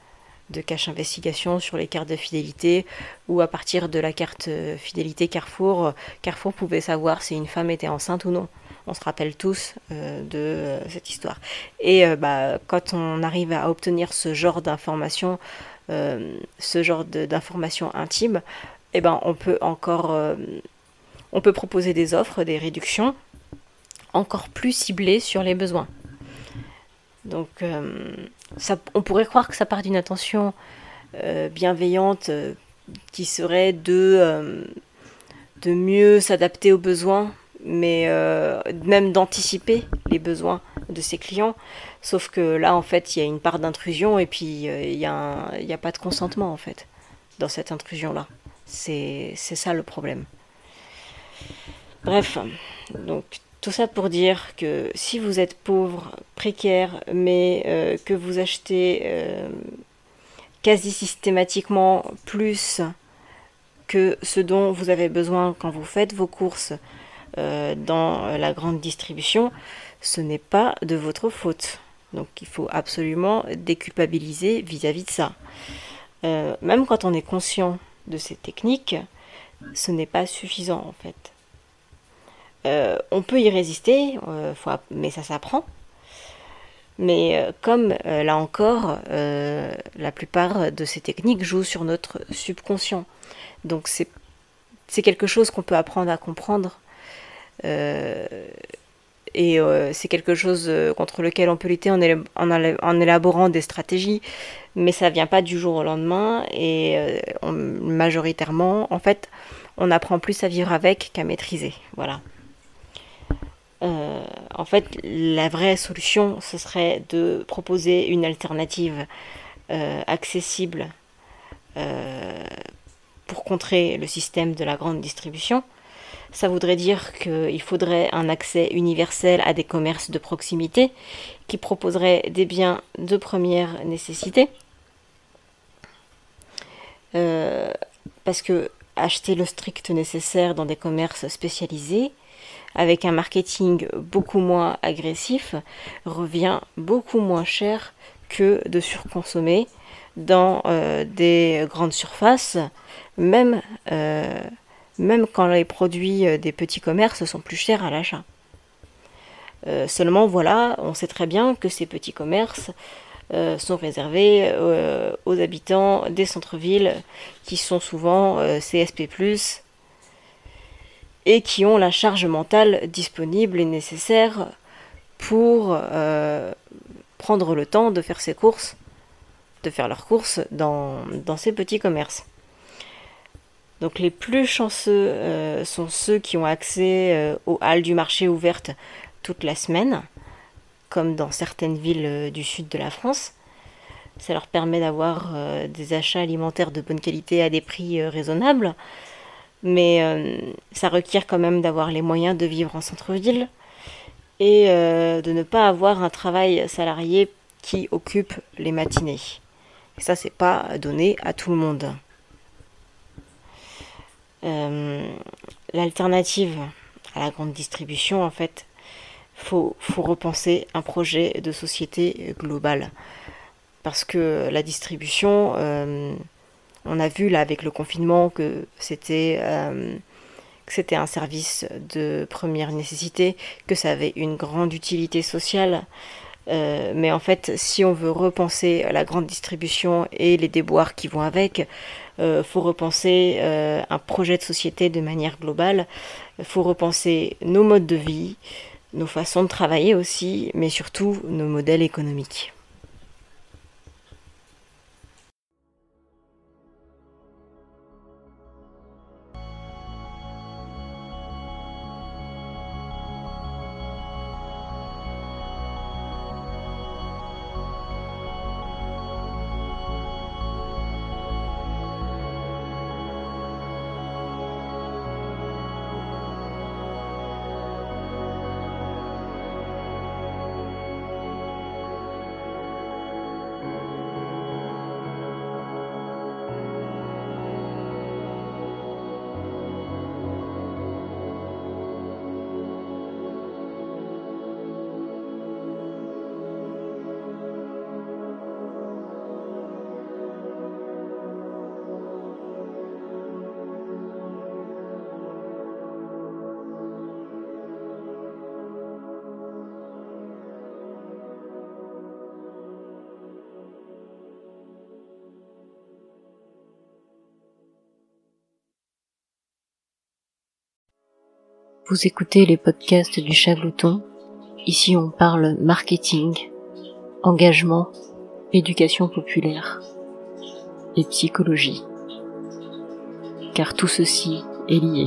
S1: de cache investigation sur les cartes de fidélité, ou à partir de la carte fidélité Carrefour, Carrefour pouvait savoir si une femme était enceinte ou non. On se rappelle tous euh, de euh, cette histoire. Et euh, bah, quand on arrive à obtenir ce genre d'informations, euh, ce genre d'informations intimes, eh ben, on peut encore, euh, on peut proposer des offres, des réductions encore plus ciblées sur les besoins. Donc, euh, ça, on pourrait croire que ça part d'une intention euh, bienveillante euh, qui serait de, euh, de mieux s'adapter aux besoins, mais euh, même d'anticiper les besoins de ses clients. Sauf que là, en fait, il y a une part d'intrusion et puis euh, il n'y a, a pas de consentement, en fait, dans cette intrusion-là. C'est ça le problème. Bref, donc tout ça pour dire que si vous êtes pauvre, précaire, mais euh, que vous achetez euh, quasi systématiquement plus que ce dont vous avez besoin quand vous faites vos courses euh, dans la grande distribution, ce n'est pas de votre faute. Donc il faut absolument déculpabiliser vis-à-vis de ça. Euh, même quand on est conscient de ces techniques, ce n'est pas suffisant en fait. Euh, on peut y résister, euh, faut, mais ça s'apprend. Mais euh, comme euh, là encore, euh, la plupart de ces techniques jouent sur notre subconscient. Donc c'est quelque chose qu'on peut apprendre à comprendre. Euh, et euh, c'est quelque chose contre lequel on peut lutter en, éla en, en élaborant des stratégies. Mais ça ne vient pas du jour au lendemain. Et euh, on, majoritairement, en fait, on apprend plus à vivre avec qu'à maîtriser. Voilà. Euh, en fait, la vraie solution, ce serait de proposer une alternative euh, accessible euh, pour contrer le système de la grande distribution. Ça voudrait dire qu'il faudrait un accès universel à des commerces de proximité qui proposeraient des biens de première nécessité. Euh, parce que acheter le strict nécessaire dans des commerces spécialisés, avec un marketing beaucoup moins agressif, revient beaucoup moins cher que de surconsommer dans euh, des grandes surfaces, même, euh, même quand les produits des petits commerces sont plus chers à l'achat. Euh, seulement, voilà, on sait très bien que ces petits commerces euh, sont réservés euh, aux habitants des centres-villes qui sont souvent euh, C S P plus, et qui ont la charge mentale disponible et nécessaire pour euh, prendre le temps de faire ses courses, de faire leurs courses dans, dans ces petits commerces. Donc les plus chanceux euh, sont ceux qui ont accès euh, aux halles du marché ouvertes toute la semaine, comme dans certaines villes euh, du sud de la France. Ça leur permet d'avoir euh, des achats alimentaires de bonne qualité à des prix euh, raisonnables. Mais euh, ça requiert quand même d'avoir les moyens de vivre en centre-ville et euh, de ne pas avoir un travail salarié qui occupe les matinées. Et ça, c'est pas donné à tout le monde. Euh, L'alternative à la grande distribution, en fait, faut, faut repenser un projet de société globale. Parce que la distribution... Euh, on a vu là avec le confinement que c'était euh, que c'était un service de première nécessité, que ça avait une grande utilité sociale. Euh, mais en fait, si on veut repenser la grande distribution et les déboires qui vont avec, il euh, faut repenser euh, un projet de société de manière globale. Il faut repenser nos modes de vie, nos façons de travailler aussi, mais surtout nos modèles économiques. Vous écoutez les podcasts du Chaglouton. Ici on parle marketing, engagement, éducation populaire et psychologie. Car tout ceci est lié.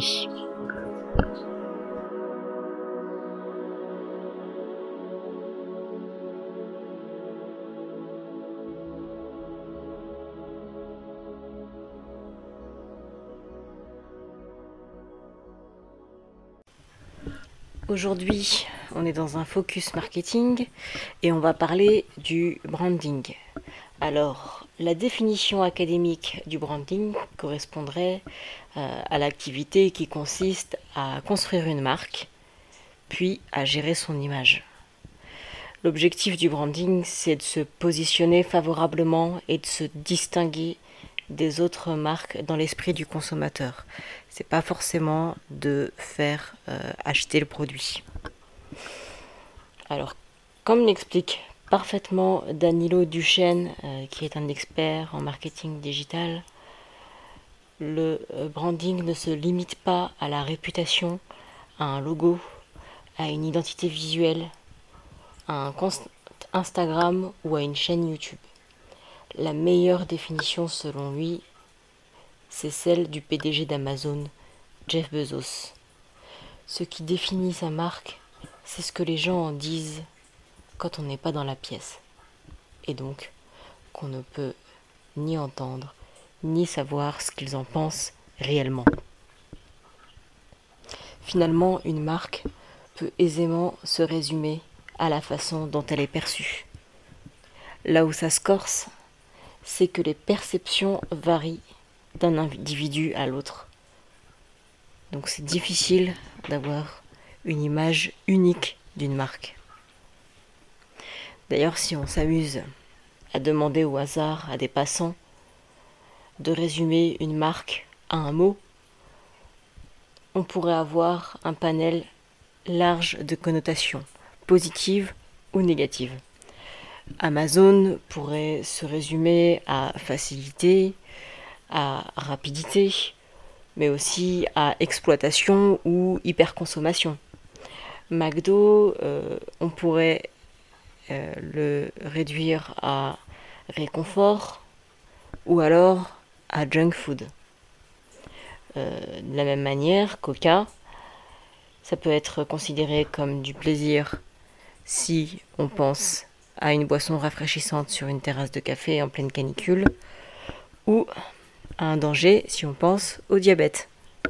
S1: Aujourd'hui, on est dans un focus marketing et on va parler du branding. Alors, la définition académique du branding correspondrait euh, à l'activité qui consiste à construire une marque, puis à gérer son image. L'objectif du branding, c'est de se positionner favorablement et de se distinguer des autres marques dans l'esprit du consommateur. C'est pas forcément de faire euh, acheter le produit. Alors, comme l'explique parfaitement Danilo Duchesne, euh, qui est un expert en marketing digital, le euh, branding ne se limite pas à la réputation, à un logo, à une identité visuelle, à un compte Instagram ou à une chaîne YouTube. La meilleure définition selon lui, c'est celle du P D G d'Amazon, Jeff Bezos. Ce qui définit sa marque, c'est ce que les gens en disent quand on n'est pas dans la pièce. Et donc, qu'on ne peut ni entendre, ni savoir ce qu'ils en pensent réellement. Finalement, une marque peut aisément se résumer à la façon dont elle est perçue. Là où ça se corse, c'est que les perceptions varient d'un individu à l'autre. Donc c'est difficile d'avoir une image unique d'une marque. D'ailleurs, si on s'amuse à demander au hasard à des passants de résumer une marque à un mot, on pourrait avoir un panel large de connotations, positives ou négatives. Amazon pourrait se résumer à facilité, à rapidité, mais aussi à exploitation ou hyperconsommation. McDo, euh, on pourrait euh, le réduire à réconfort ou alors à junk food. Euh, de la même manière, Coca, ça peut être considéré comme du plaisir si on pense à une boisson rafraîchissante sur une terrasse de café en pleine canicule, ou à un danger si on pense au diabète.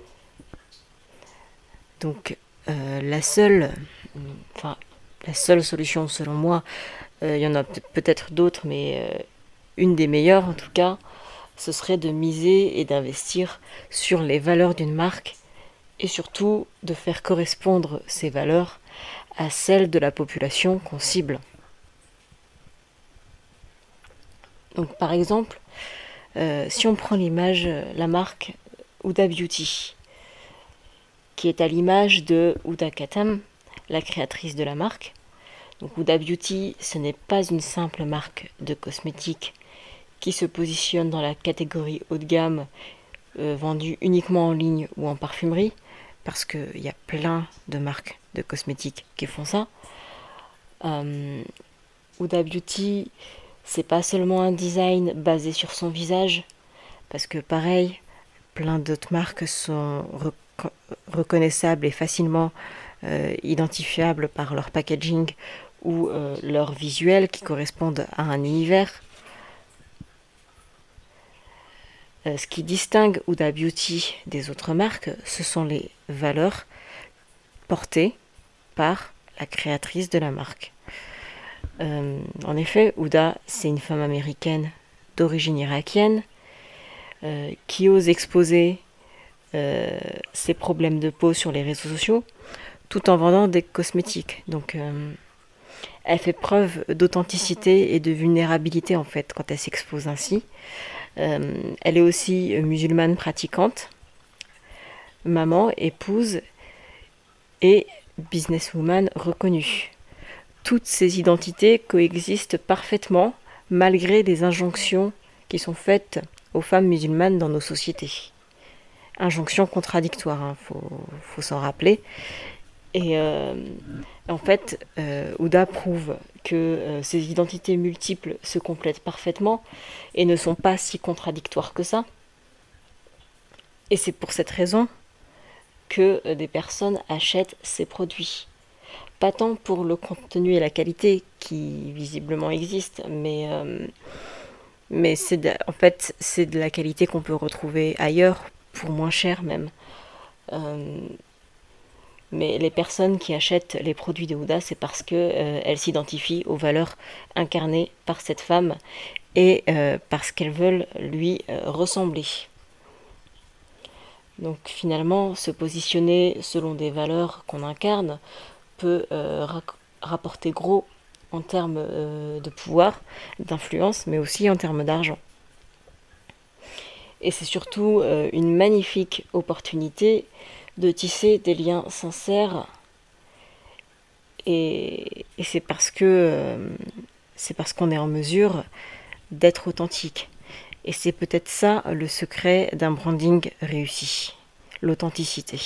S1: Donc euh, la seule, enfin la seule solution selon moi, euh, il y en a peut-être d'autres, mais euh, une des meilleures en tout cas, ce serait de miser et d'investir sur les valeurs d'une marque et surtout de faire correspondre ces valeurs à celles de la population qu'on cible. Donc par exemple, euh, si on prend l'image, la marque Huda Beauty, qui est à l'image de Huda Kattan, la créatrice de la marque. Donc Huda Beauty, ce n'est pas une simple marque de cosmétiques qui se positionne dans la catégorie haut de gamme, euh, vendue uniquement en ligne ou en parfumerie, parce qu'il y a plein de marques de cosmétiques qui font ça. Euh, Huda Beauty, c'est pas seulement un design basé sur son visage, parce que pareil, plein d'autres marques sont rec- reconnaissables et facilement euh, identifiables par leur packaging ou euh, leur visuel qui correspondent à un univers. Euh, ce qui distingue Huda Beauty des autres marques, ce sont les valeurs portées par la créatrice de la marque. Euh, en effet, Huda, c'est une femme américaine d'origine irakienne euh, qui ose exposer euh, ses problèmes de peau sur les réseaux sociaux tout en vendant des cosmétiques. Donc, euh, elle fait preuve d'authenticité et de vulnérabilité en fait quand elle s'expose ainsi. Euh, elle est aussi musulmane pratiquante, maman, épouse et businesswoman reconnue. Toutes ces identités coexistent parfaitement malgré les injonctions qui sont faites aux femmes musulmanes dans nos sociétés. injonction contradictoire, hein, faut, faut s'en rappeler. Et euh, en fait, euh, Ouda prouve que euh, ces identités multiples se complètent parfaitement et ne sont pas si contradictoires que ça. Et c'est pour cette raison que euh, des personnes achètent ces produits. Pas tant pour le contenu et la qualité qui visiblement existent, mais, euh, mais c'est de, en fait c'est de la qualité qu'on peut retrouver ailleurs pour moins cher même. Euh, Mais les personnes qui achètent les produits de Ouda, c'est parce qu'elles euh, s'identifient aux valeurs incarnées par cette femme et euh, parce qu'elles veulent lui euh, ressembler. Donc finalement, se positionner selon des valeurs qu'on incarne peut euh, ra- rapporter gros en termes euh, de pouvoir, d'influence, mais aussi en termes d'argent. Et c'est surtout euh, une magnifique opportunité de tisser des liens sincères. Et, et c'est parce que euh, c'est parce qu'on est en mesure d'être authentique. Et c'est peut-être ça le secret d'un branding réussi, l'authenticité.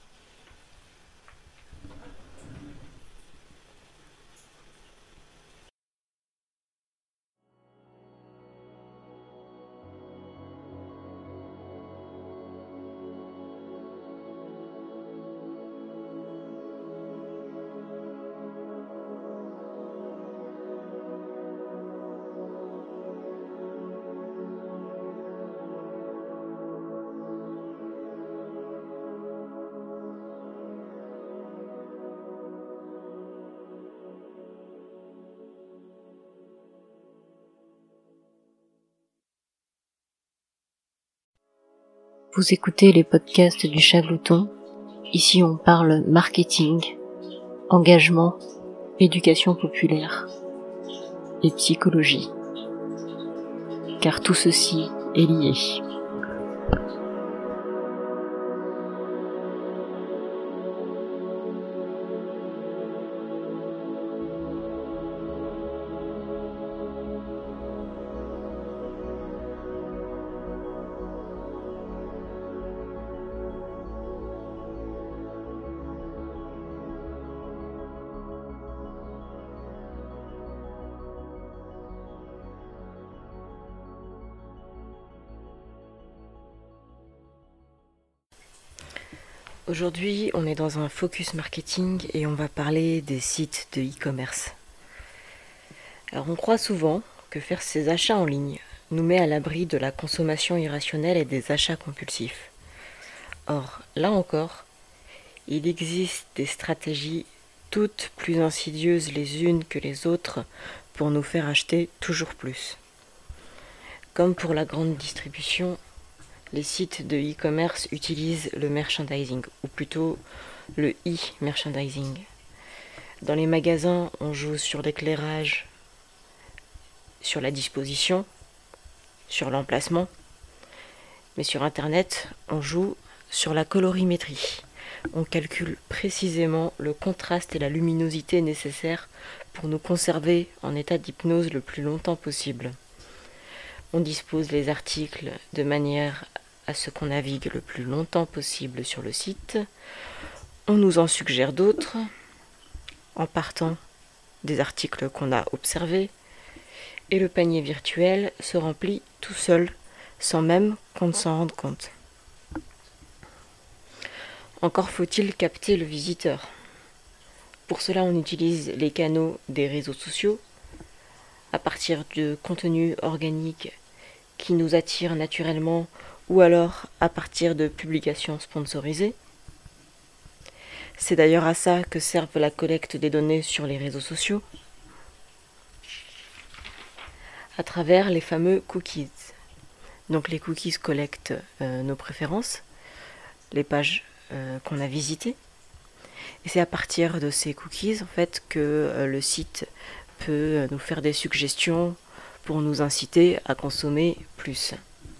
S1: Vous écoutez les podcasts du Chat Glouton. Ici on parle marketing, engagement, éducation populaire et psychologie. Car tout ceci est lié. Aujourd'hui, on est dans un focus marketing et on va parler des sites de e-commerce. Alors on croit souvent que faire ses achats en ligne nous met à l'abri de la consommation irrationnelle et des achats compulsifs. Or, là encore, il existe des stratégies toutes plus insidieuses les unes que les autres pour nous faire acheter toujours plus. Comme pour la grande distribution, les sites de e-commerce utilisent le merchandising, ou plutôt le e-merchandising. Dans les magasins, on joue sur l'éclairage, sur la disposition, sur l'emplacement, mais sur Internet, on joue sur la colorimétrie. On calcule précisément le contraste et la luminosité nécessaires pour nous conserver en état d'hypnose le plus longtemps possible. On dispose les articles de manière à ce qu'on navigue le plus longtemps possible sur le site. On nous en suggère d'autres en partant des articles qu'on a observés et le panier virtuel se remplit tout seul sans même qu'on ne s'en rende compte. Encore faut-il capter le visiteur. Pour cela, on utilise les canaux des réseaux sociaux à partir de contenus organiques qui nous attirent naturellement ou alors à partir de publications sponsorisées. C'est d'ailleurs à ça que servent la collecte des données sur les réseaux sociaux, à travers les fameux cookies. Donc les cookies collectent euh, nos préférences, les pages euh, qu'on a visitées, et c'est à partir de ces cookies en fait que euh, le site peut euh, nous faire des suggestions pour nous inciter à consommer plus.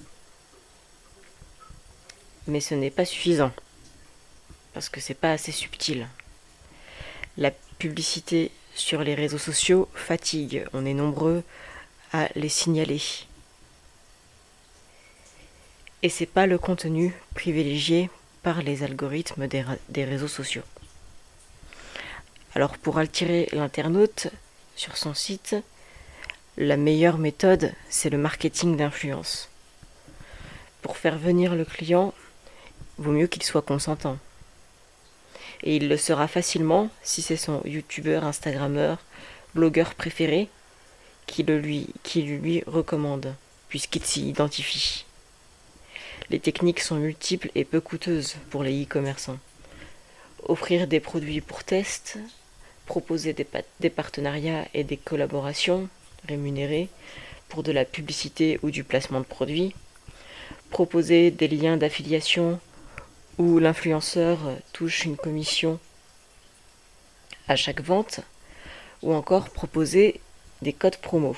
S1: Mais ce n'est pas suffisant, parce que c'est pas assez subtil. La publicité sur les réseaux sociaux fatigue, on est nombreux à les signaler. Et c'est pas le contenu privilégié par les algorithmes des, des réseaux sociaux. Alors pour attirer l'internaute sur son site, la meilleure méthode, c'est le marketing d'influence. Pour faire venir le client, vaut mieux qu'il soit consentant. Et il le sera facilement si c'est son youtubeur, instagrammeur, blogueur préféré qui le lui, qui le lui recommande, puisqu'il s'y identifie. Les techniques sont multiples et peu coûteuses pour les e-commerçants. Offrir des produits pour test, proposer des, des partenariats et des collaborations rémunérées pour de la publicité ou du placement de produits, proposer des liens d'affiliation où l'influenceur touche une commission à chaque vente, ou encore proposer des codes promo.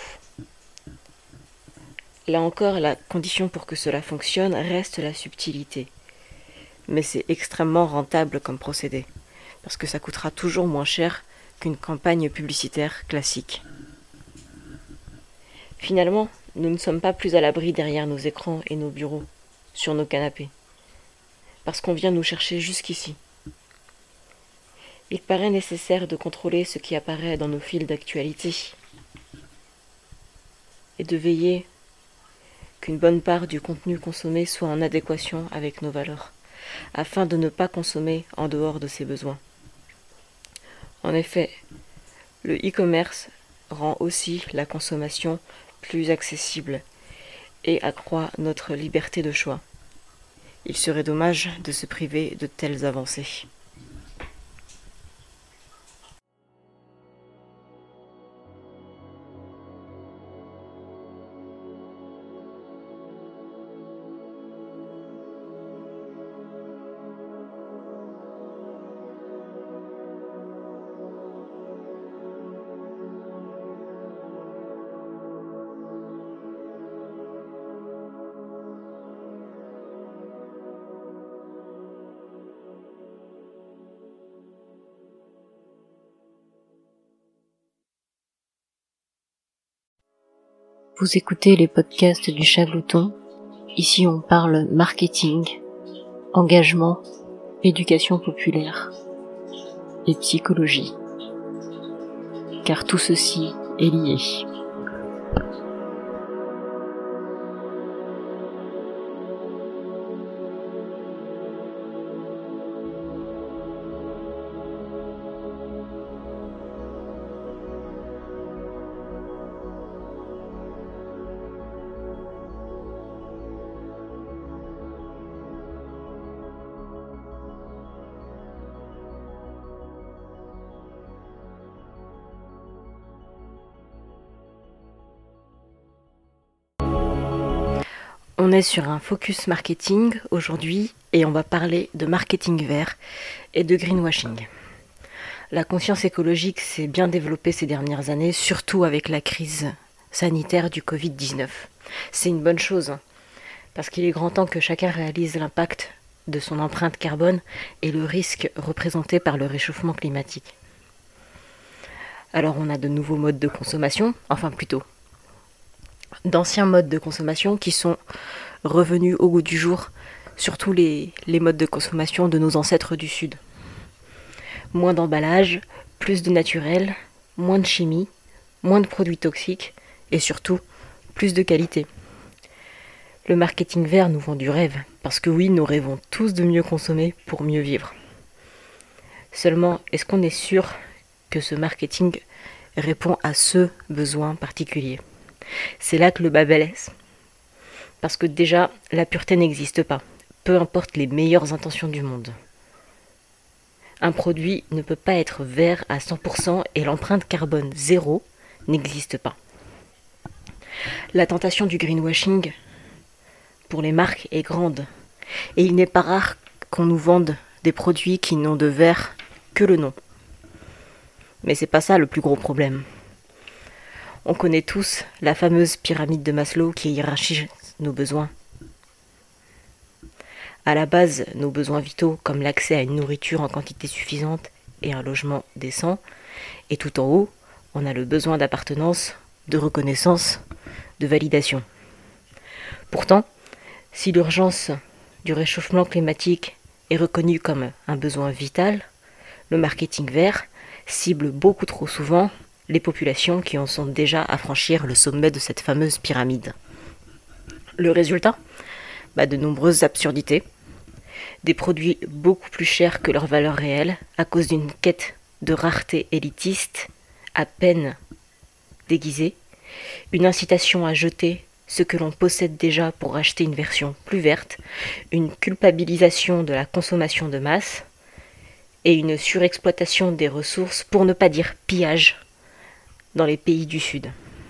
S1: Là encore, la condition pour que cela fonctionne reste la subtilité. Mais c'est extrêmement rentable comme procédé, parce que ça coûtera toujours moins cher qu'une campagne publicitaire classique. Finalement, nous ne sommes pas plus à l'abri derrière nos écrans et nos bureaux, sur nos canapés, parce qu'on vient nous chercher jusqu'ici. Il paraît nécessaire de contrôler ce qui apparaît dans nos fils d'actualité et de veiller qu'une bonne part du contenu consommé soit en adéquation avec nos valeurs, afin de ne pas consommer en dehors de ses besoins. En effet, le e-commerce rend aussi la consommation plus accessible et accroît notre liberté de choix. Il serait dommage de se priver de telles avancées. Vous écoutez les podcasts du Chaglouton. Ici on parle marketing, engagement, éducation populaire et psychologie. Car tout ceci est lié. On est sur un focus marketing aujourd'hui et on va parler de marketing vert et de greenwashing. La conscience écologique s'est bien développée ces dernières années, surtout avec la crise sanitaire du covid dix-neuf. C'est une bonne chose, parce qu'il est grand temps que chacun réalise l'impact de son empreinte carbone et le risque représenté par le réchauffement climatique. Alors on a de nouveaux modes de consommation, enfin plutôt d'anciens modes de consommation qui sont revenus au goût du jour, surtout les, les modes de consommation de nos ancêtres du Sud. Moins d'emballage, plus de naturel, moins de chimie, moins de produits toxiques et surtout plus de qualité. Le marketing vert nous vend du rêve, parce que oui, nous rêvons tous de mieux consommer pour mieux vivre. Seulement, est-ce qu'on est sûr que ce marketing répond à ce besoin particulier ? C'est là que le bas blesse. Parce que déjà, la pureté n'existe pas, peu importe les meilleures intentions du monde. Un produit ne peut pas être vert à cent pour cent et l'empreinte carbone zéro n'existe pas. La tentation du greenwashing pour les marques est grande. Et il n'est pas rare qu'on nous vende des produits qui n'ont de vert que le nom. Mais c'est pas ça le plus gros problème. On connaît tous la fameuse pyramide de Maslow qui hiérarchise nos besoins. À la base, nos besoins vitaux comme l'accès à une nourriture en quantité suffisante et un logement décent. Et tout en haut, on a le besoin d'appartenance, de reconnaissance, de validation. Pourtant, Si l'urgence du réchauffement climatique est reconnue comme un besoin vital, le marketing vert cible beaucoup trop souvent les populations qui en sont déjà à franchir le sommet de cette fameuse pyramide. Le résultat ? Bah, de nombreuses absurdités, des produits beaucoup plus chers que leur valeur réelle à cause d'une quête de rareté élitiste à peine déguisée, une incitation à jeter ce que l'on possède déjà pour acheter une version plus verte, une culpabilisation de la consommation de masse et une surexploitation des ressources, pour ne pas dire pillage, dans les pays du Sud.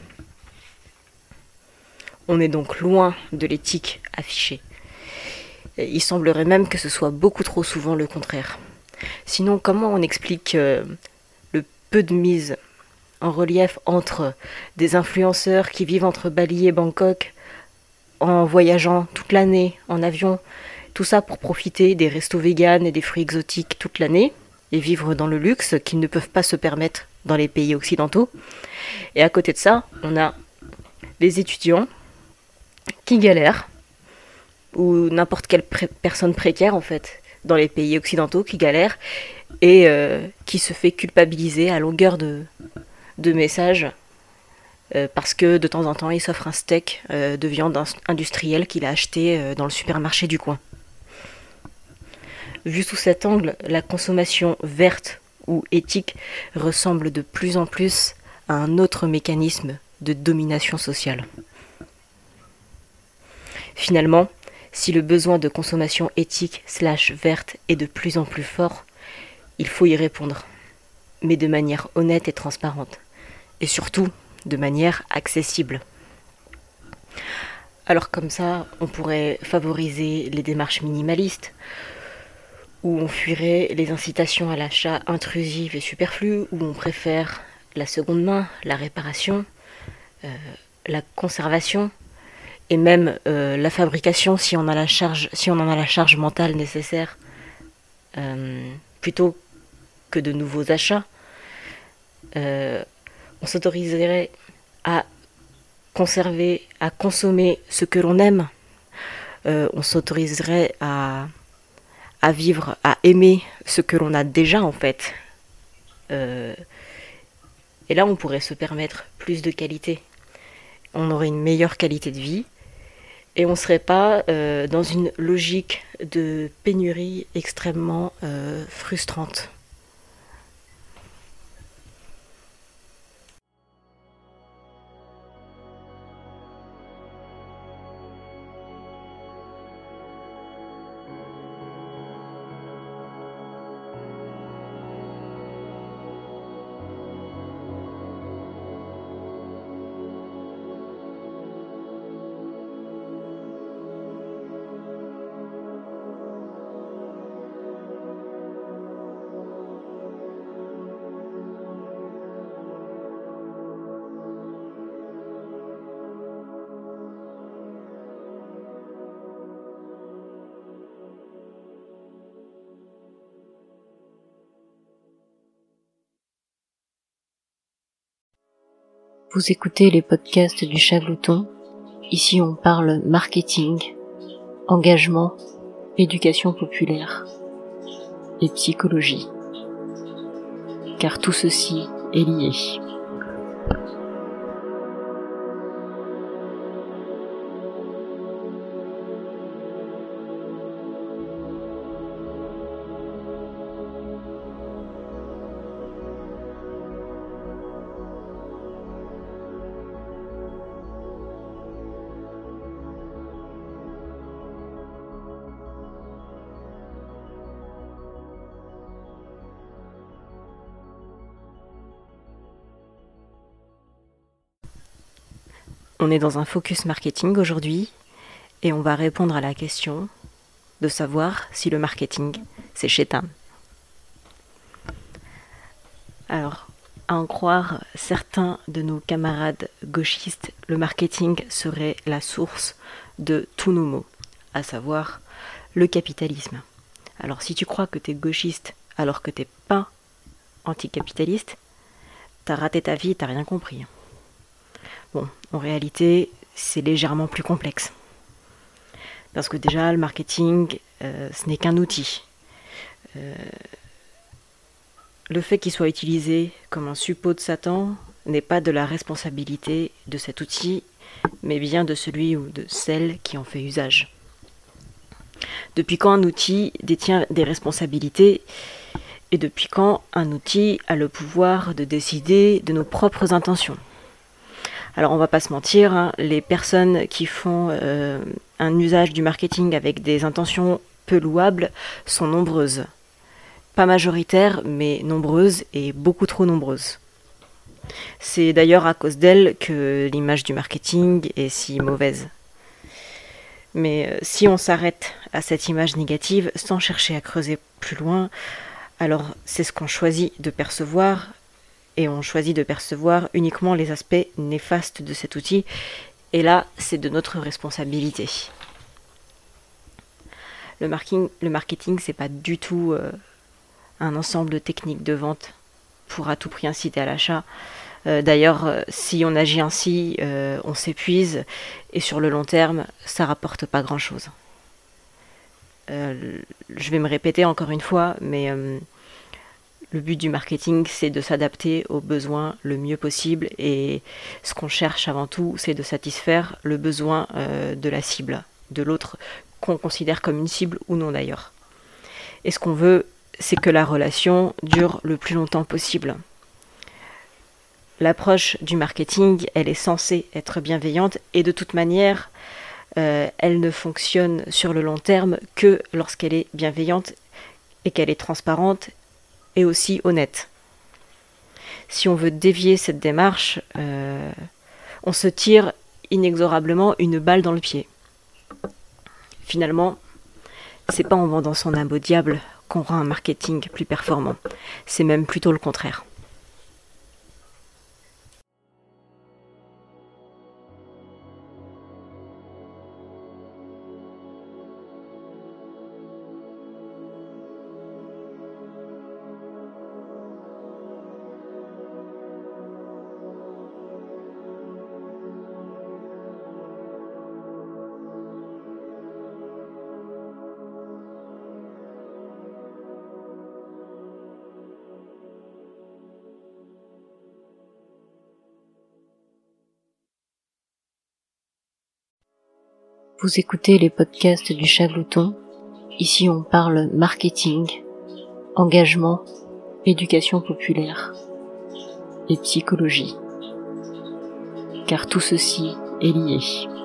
S1: On est donc loin de l'éthique affichée. Il semblerait même que ce soit beaucoup trop souvent le contraire. Sinon, comment on explique euh, le peu de mise en relief entre des influenceurs qui vivent entre Bali et Bangkok en voyageant toute l'année en avion, tout ça pour profiter des restos véganes et des fruits exotiques toute l'année et vivre dans le luxe qu'ils ne peuvent pas se permettre dans les pays occidentaux. Et à côté de ça, on a les étudiants qui galèrent, ou n'importe quelle pré- personne précaire en fait, dans les pays occidentaux qui galèrent et euh, qui se fait culpabiliser à longueur de, de messages euh, parce que de temps en temps il s'offre un steak euh, de viande industrielle qu'il a acheté euh, dans le supermarché du coin. Vu sous cet angle, la consommation verte ou éthique ressemble de plus en plus à un autre mécanisme de domination sociale. Finalement, si le besoin de consommation éthique slash verte est de plus en plus fort, il faut y répondre, mais de manière honnête et transparente, et surtout de manière accessible. Alors comme ça, on pourrait favoriser les démarches minimalistes, où on fuirait les incitations à l'achat intrusives et superflues, où on préfère la seconde main, la réparation, euh, la conservation, et même euh, la fabrication si on a la charge, si on en a la charge mentale nécessaire, euh, plutôt que de nouveaux achats. Euh, on s'autoriserait à conserver, à consommer ce que l'on aime. Euh, on s'autoriserait à, à vivre, à aimer ce que l'on a déjà en fait. Euh, et là, on pourrait se permettre plus de qualité. On aurait une meilleure qualité de vie. Et on ne serait pas euh, dans une logique de pénurie extrêmement euh, frustrante. Vous écoutez les podcasts du Chaglouton. Ici on parle marketing, engagement, éducation populaire et psychologie. Car tout ceci est lié. On est dans un focus marketing aujourd'hui et on va répondre à la question de savoir si le marketing, c'est chétan. Alors, à en croire certains de nos camarades gauchistes, le marketing serait la source de tous nos maux, à savoir le capitalisme. Alors, si tu crois que t'es gauchiste alors que t'es pas anticapitaliste, t'as raté ta vie et t'as rien compris. Bon, en réalité, c'est légèrement plus complexe. Parce que déjà, le marketing, euh, ce n'est qu'un outil. Euh, le fait qu'il soit utilisé comme un suppôt de Satan n'est pas de la responsabilité de cet outil, mais bien de celui ou de celle qui en fait usage. Depuis quand un outil détient des responsabilités et depuis quand un outil a le pouvoir de décider de nos propres intentions? Alors on va pas se mentir, hein, les personnes qui font euh, un usage du marketing avec des intentions peu louables sont nombreuses. Pas majoritaires, mais nombreuses et beaucoup trop nombreuses. C'est d'ailleurs à cause d'elles que l'image du marketing est si mauvaise. Mais euh, si on s'arrête à cette image négative sans chercher à creuser plus loin, alors c'est ce qu'on choisit de percevoir, et on choisit de percevoir uniquement les aspects néfastes de cet outil, et là, c'est de notre responsabilité. Le marketing, le marketing, c'est pas du tout euh, un ensemble de techniques de vente pour à tout prix inciter à l'achat. Euh, d'ailleurs, euh, si on agit ainsi, euh, on s'épuise, et sur le long terme, ça rapporte pas grand-chose. Euh, je vais me répéter encore une fois, mais euh, le but du marketing, c'est de s'adapter aux besoins le mieux possible, et ce qu'on cherche avant tout, c'est de satisfaire le besoin euh, de la cible, de l'autre qu'on considère comme une cible ou non d'ailleurs. Et ce qu'on veut, c'est que la relation dure le plus longtemps possible. L'approche du marketing, elle est censée être bienveillante, et de toute manière, euh, elle ne fonctionne sur le long terme que lorsqu'elle est bienveillante et qu'elle est transparente et aussi honnête. Si on veut dévier cette démarche, euh, on se tire inexorablement une balle dans le pied. Finalement, c'est pas en vendant son âme au diable qu'on rend un marketing plus performant. C'est même plutôt le contraire. Vous écoutez les podcasts du Chaglouton. Ici on parle marketing, engagement, éducation populaire et psychologie. Car tout ceci est lié.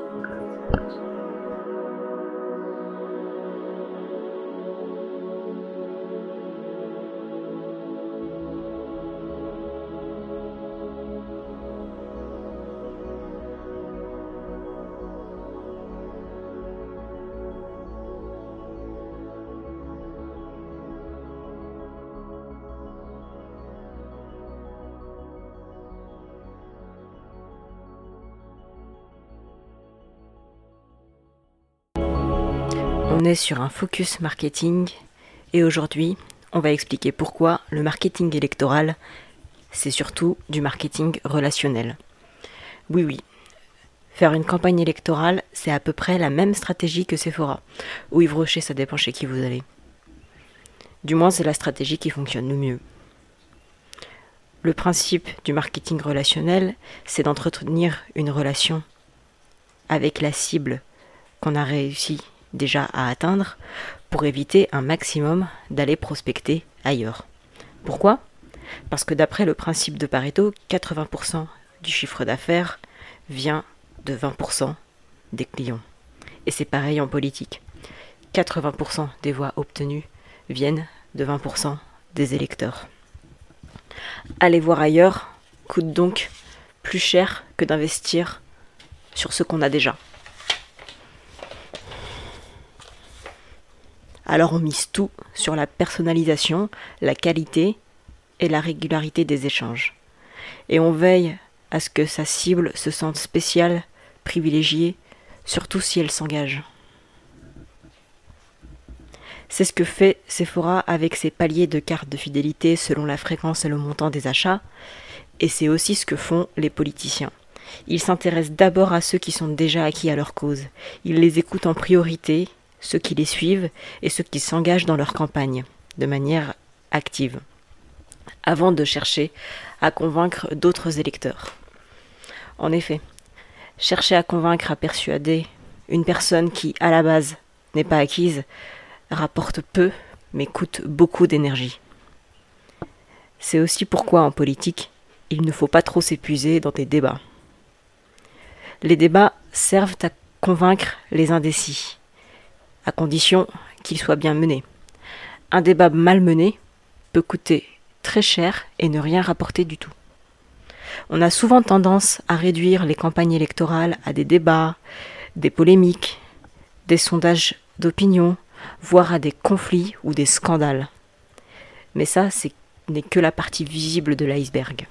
S1: On est sur un focus marketing et aujourd'hui, on va expliquer pourquoi le marketing électoral, c'est surtout du marketing relationnel. Oui, oui, faire une campagne électorale, c'est à peu près la même stratégie que Sephora, ou Yves Rocher, ça dépend chez qui vous allez. Du moins, c'est la stratégie qui fonctionne le mieux. Le principe du marketing relationnel, c'est d'entretenir une relation avec la cible qu'on a réussi déjà à atteindre pour éviter un maximum d'aller prospecter ailleurs. Pourquoi ? Parce que d'après le principe de Pareto, quatre-vingts pour cent du chiffre d'affaires vient de vingt pour cent des clients. Et c'est pareil en politique. quatre-vingts pour cent des voix obtenues viennent de vingt pour cent des électeurs. Aller voir ailleurs coûte donc plus cher que d'investir sur ce qu'on a déjà. Alors on mise tout sur la personnalisation, la qualité et la régularité des échanges. Et on veille à ce que sa cible se sente spéciale, privilégiée, surtout si elle s'engage. C'est ce que fait Sephora avec ses paliers de cartes de fidélité selon la fréquence et le montant des achats, et c'est aussi ce que font les politiciens. Ils s'intéressent d'abord à ceux qui sont déjà acquis à leur cause. Ils les écoutent en priorité, ceux qui les suivent et ceux qui s'engagent dans leur campagne, de manière active, avant de chercher à convaincre d'autres électeurs. En effet, chercher à convaincre, à persuader une personne qui, à la base, n'est pas acquise, rapporte peu, mais coûte beaucoup d'énergie. C'est aussi pourquoi, en politique, il ne faut pas trop s'épuiser dans des débats. Les débats servent à convaincre les indécis, à condition qu'ils soient bien menés. Un débat mal mené peut coûter très cher et ne rien rapporter du tout. On a souvent tendance à réduire les campagnes électorales à des débats, des polémiques, des sondages d'opinion, voire à des conflits ou des scandales. Mais ça, ce n'est que la partie visible de l'iceberg.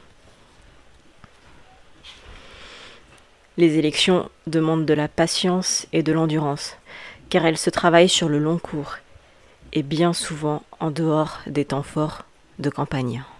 S1: Les élections demandent de la patience et de l'endurance, car elles se travaillent sur le long cours, et bien souvent en dehors des temps forts de campagne.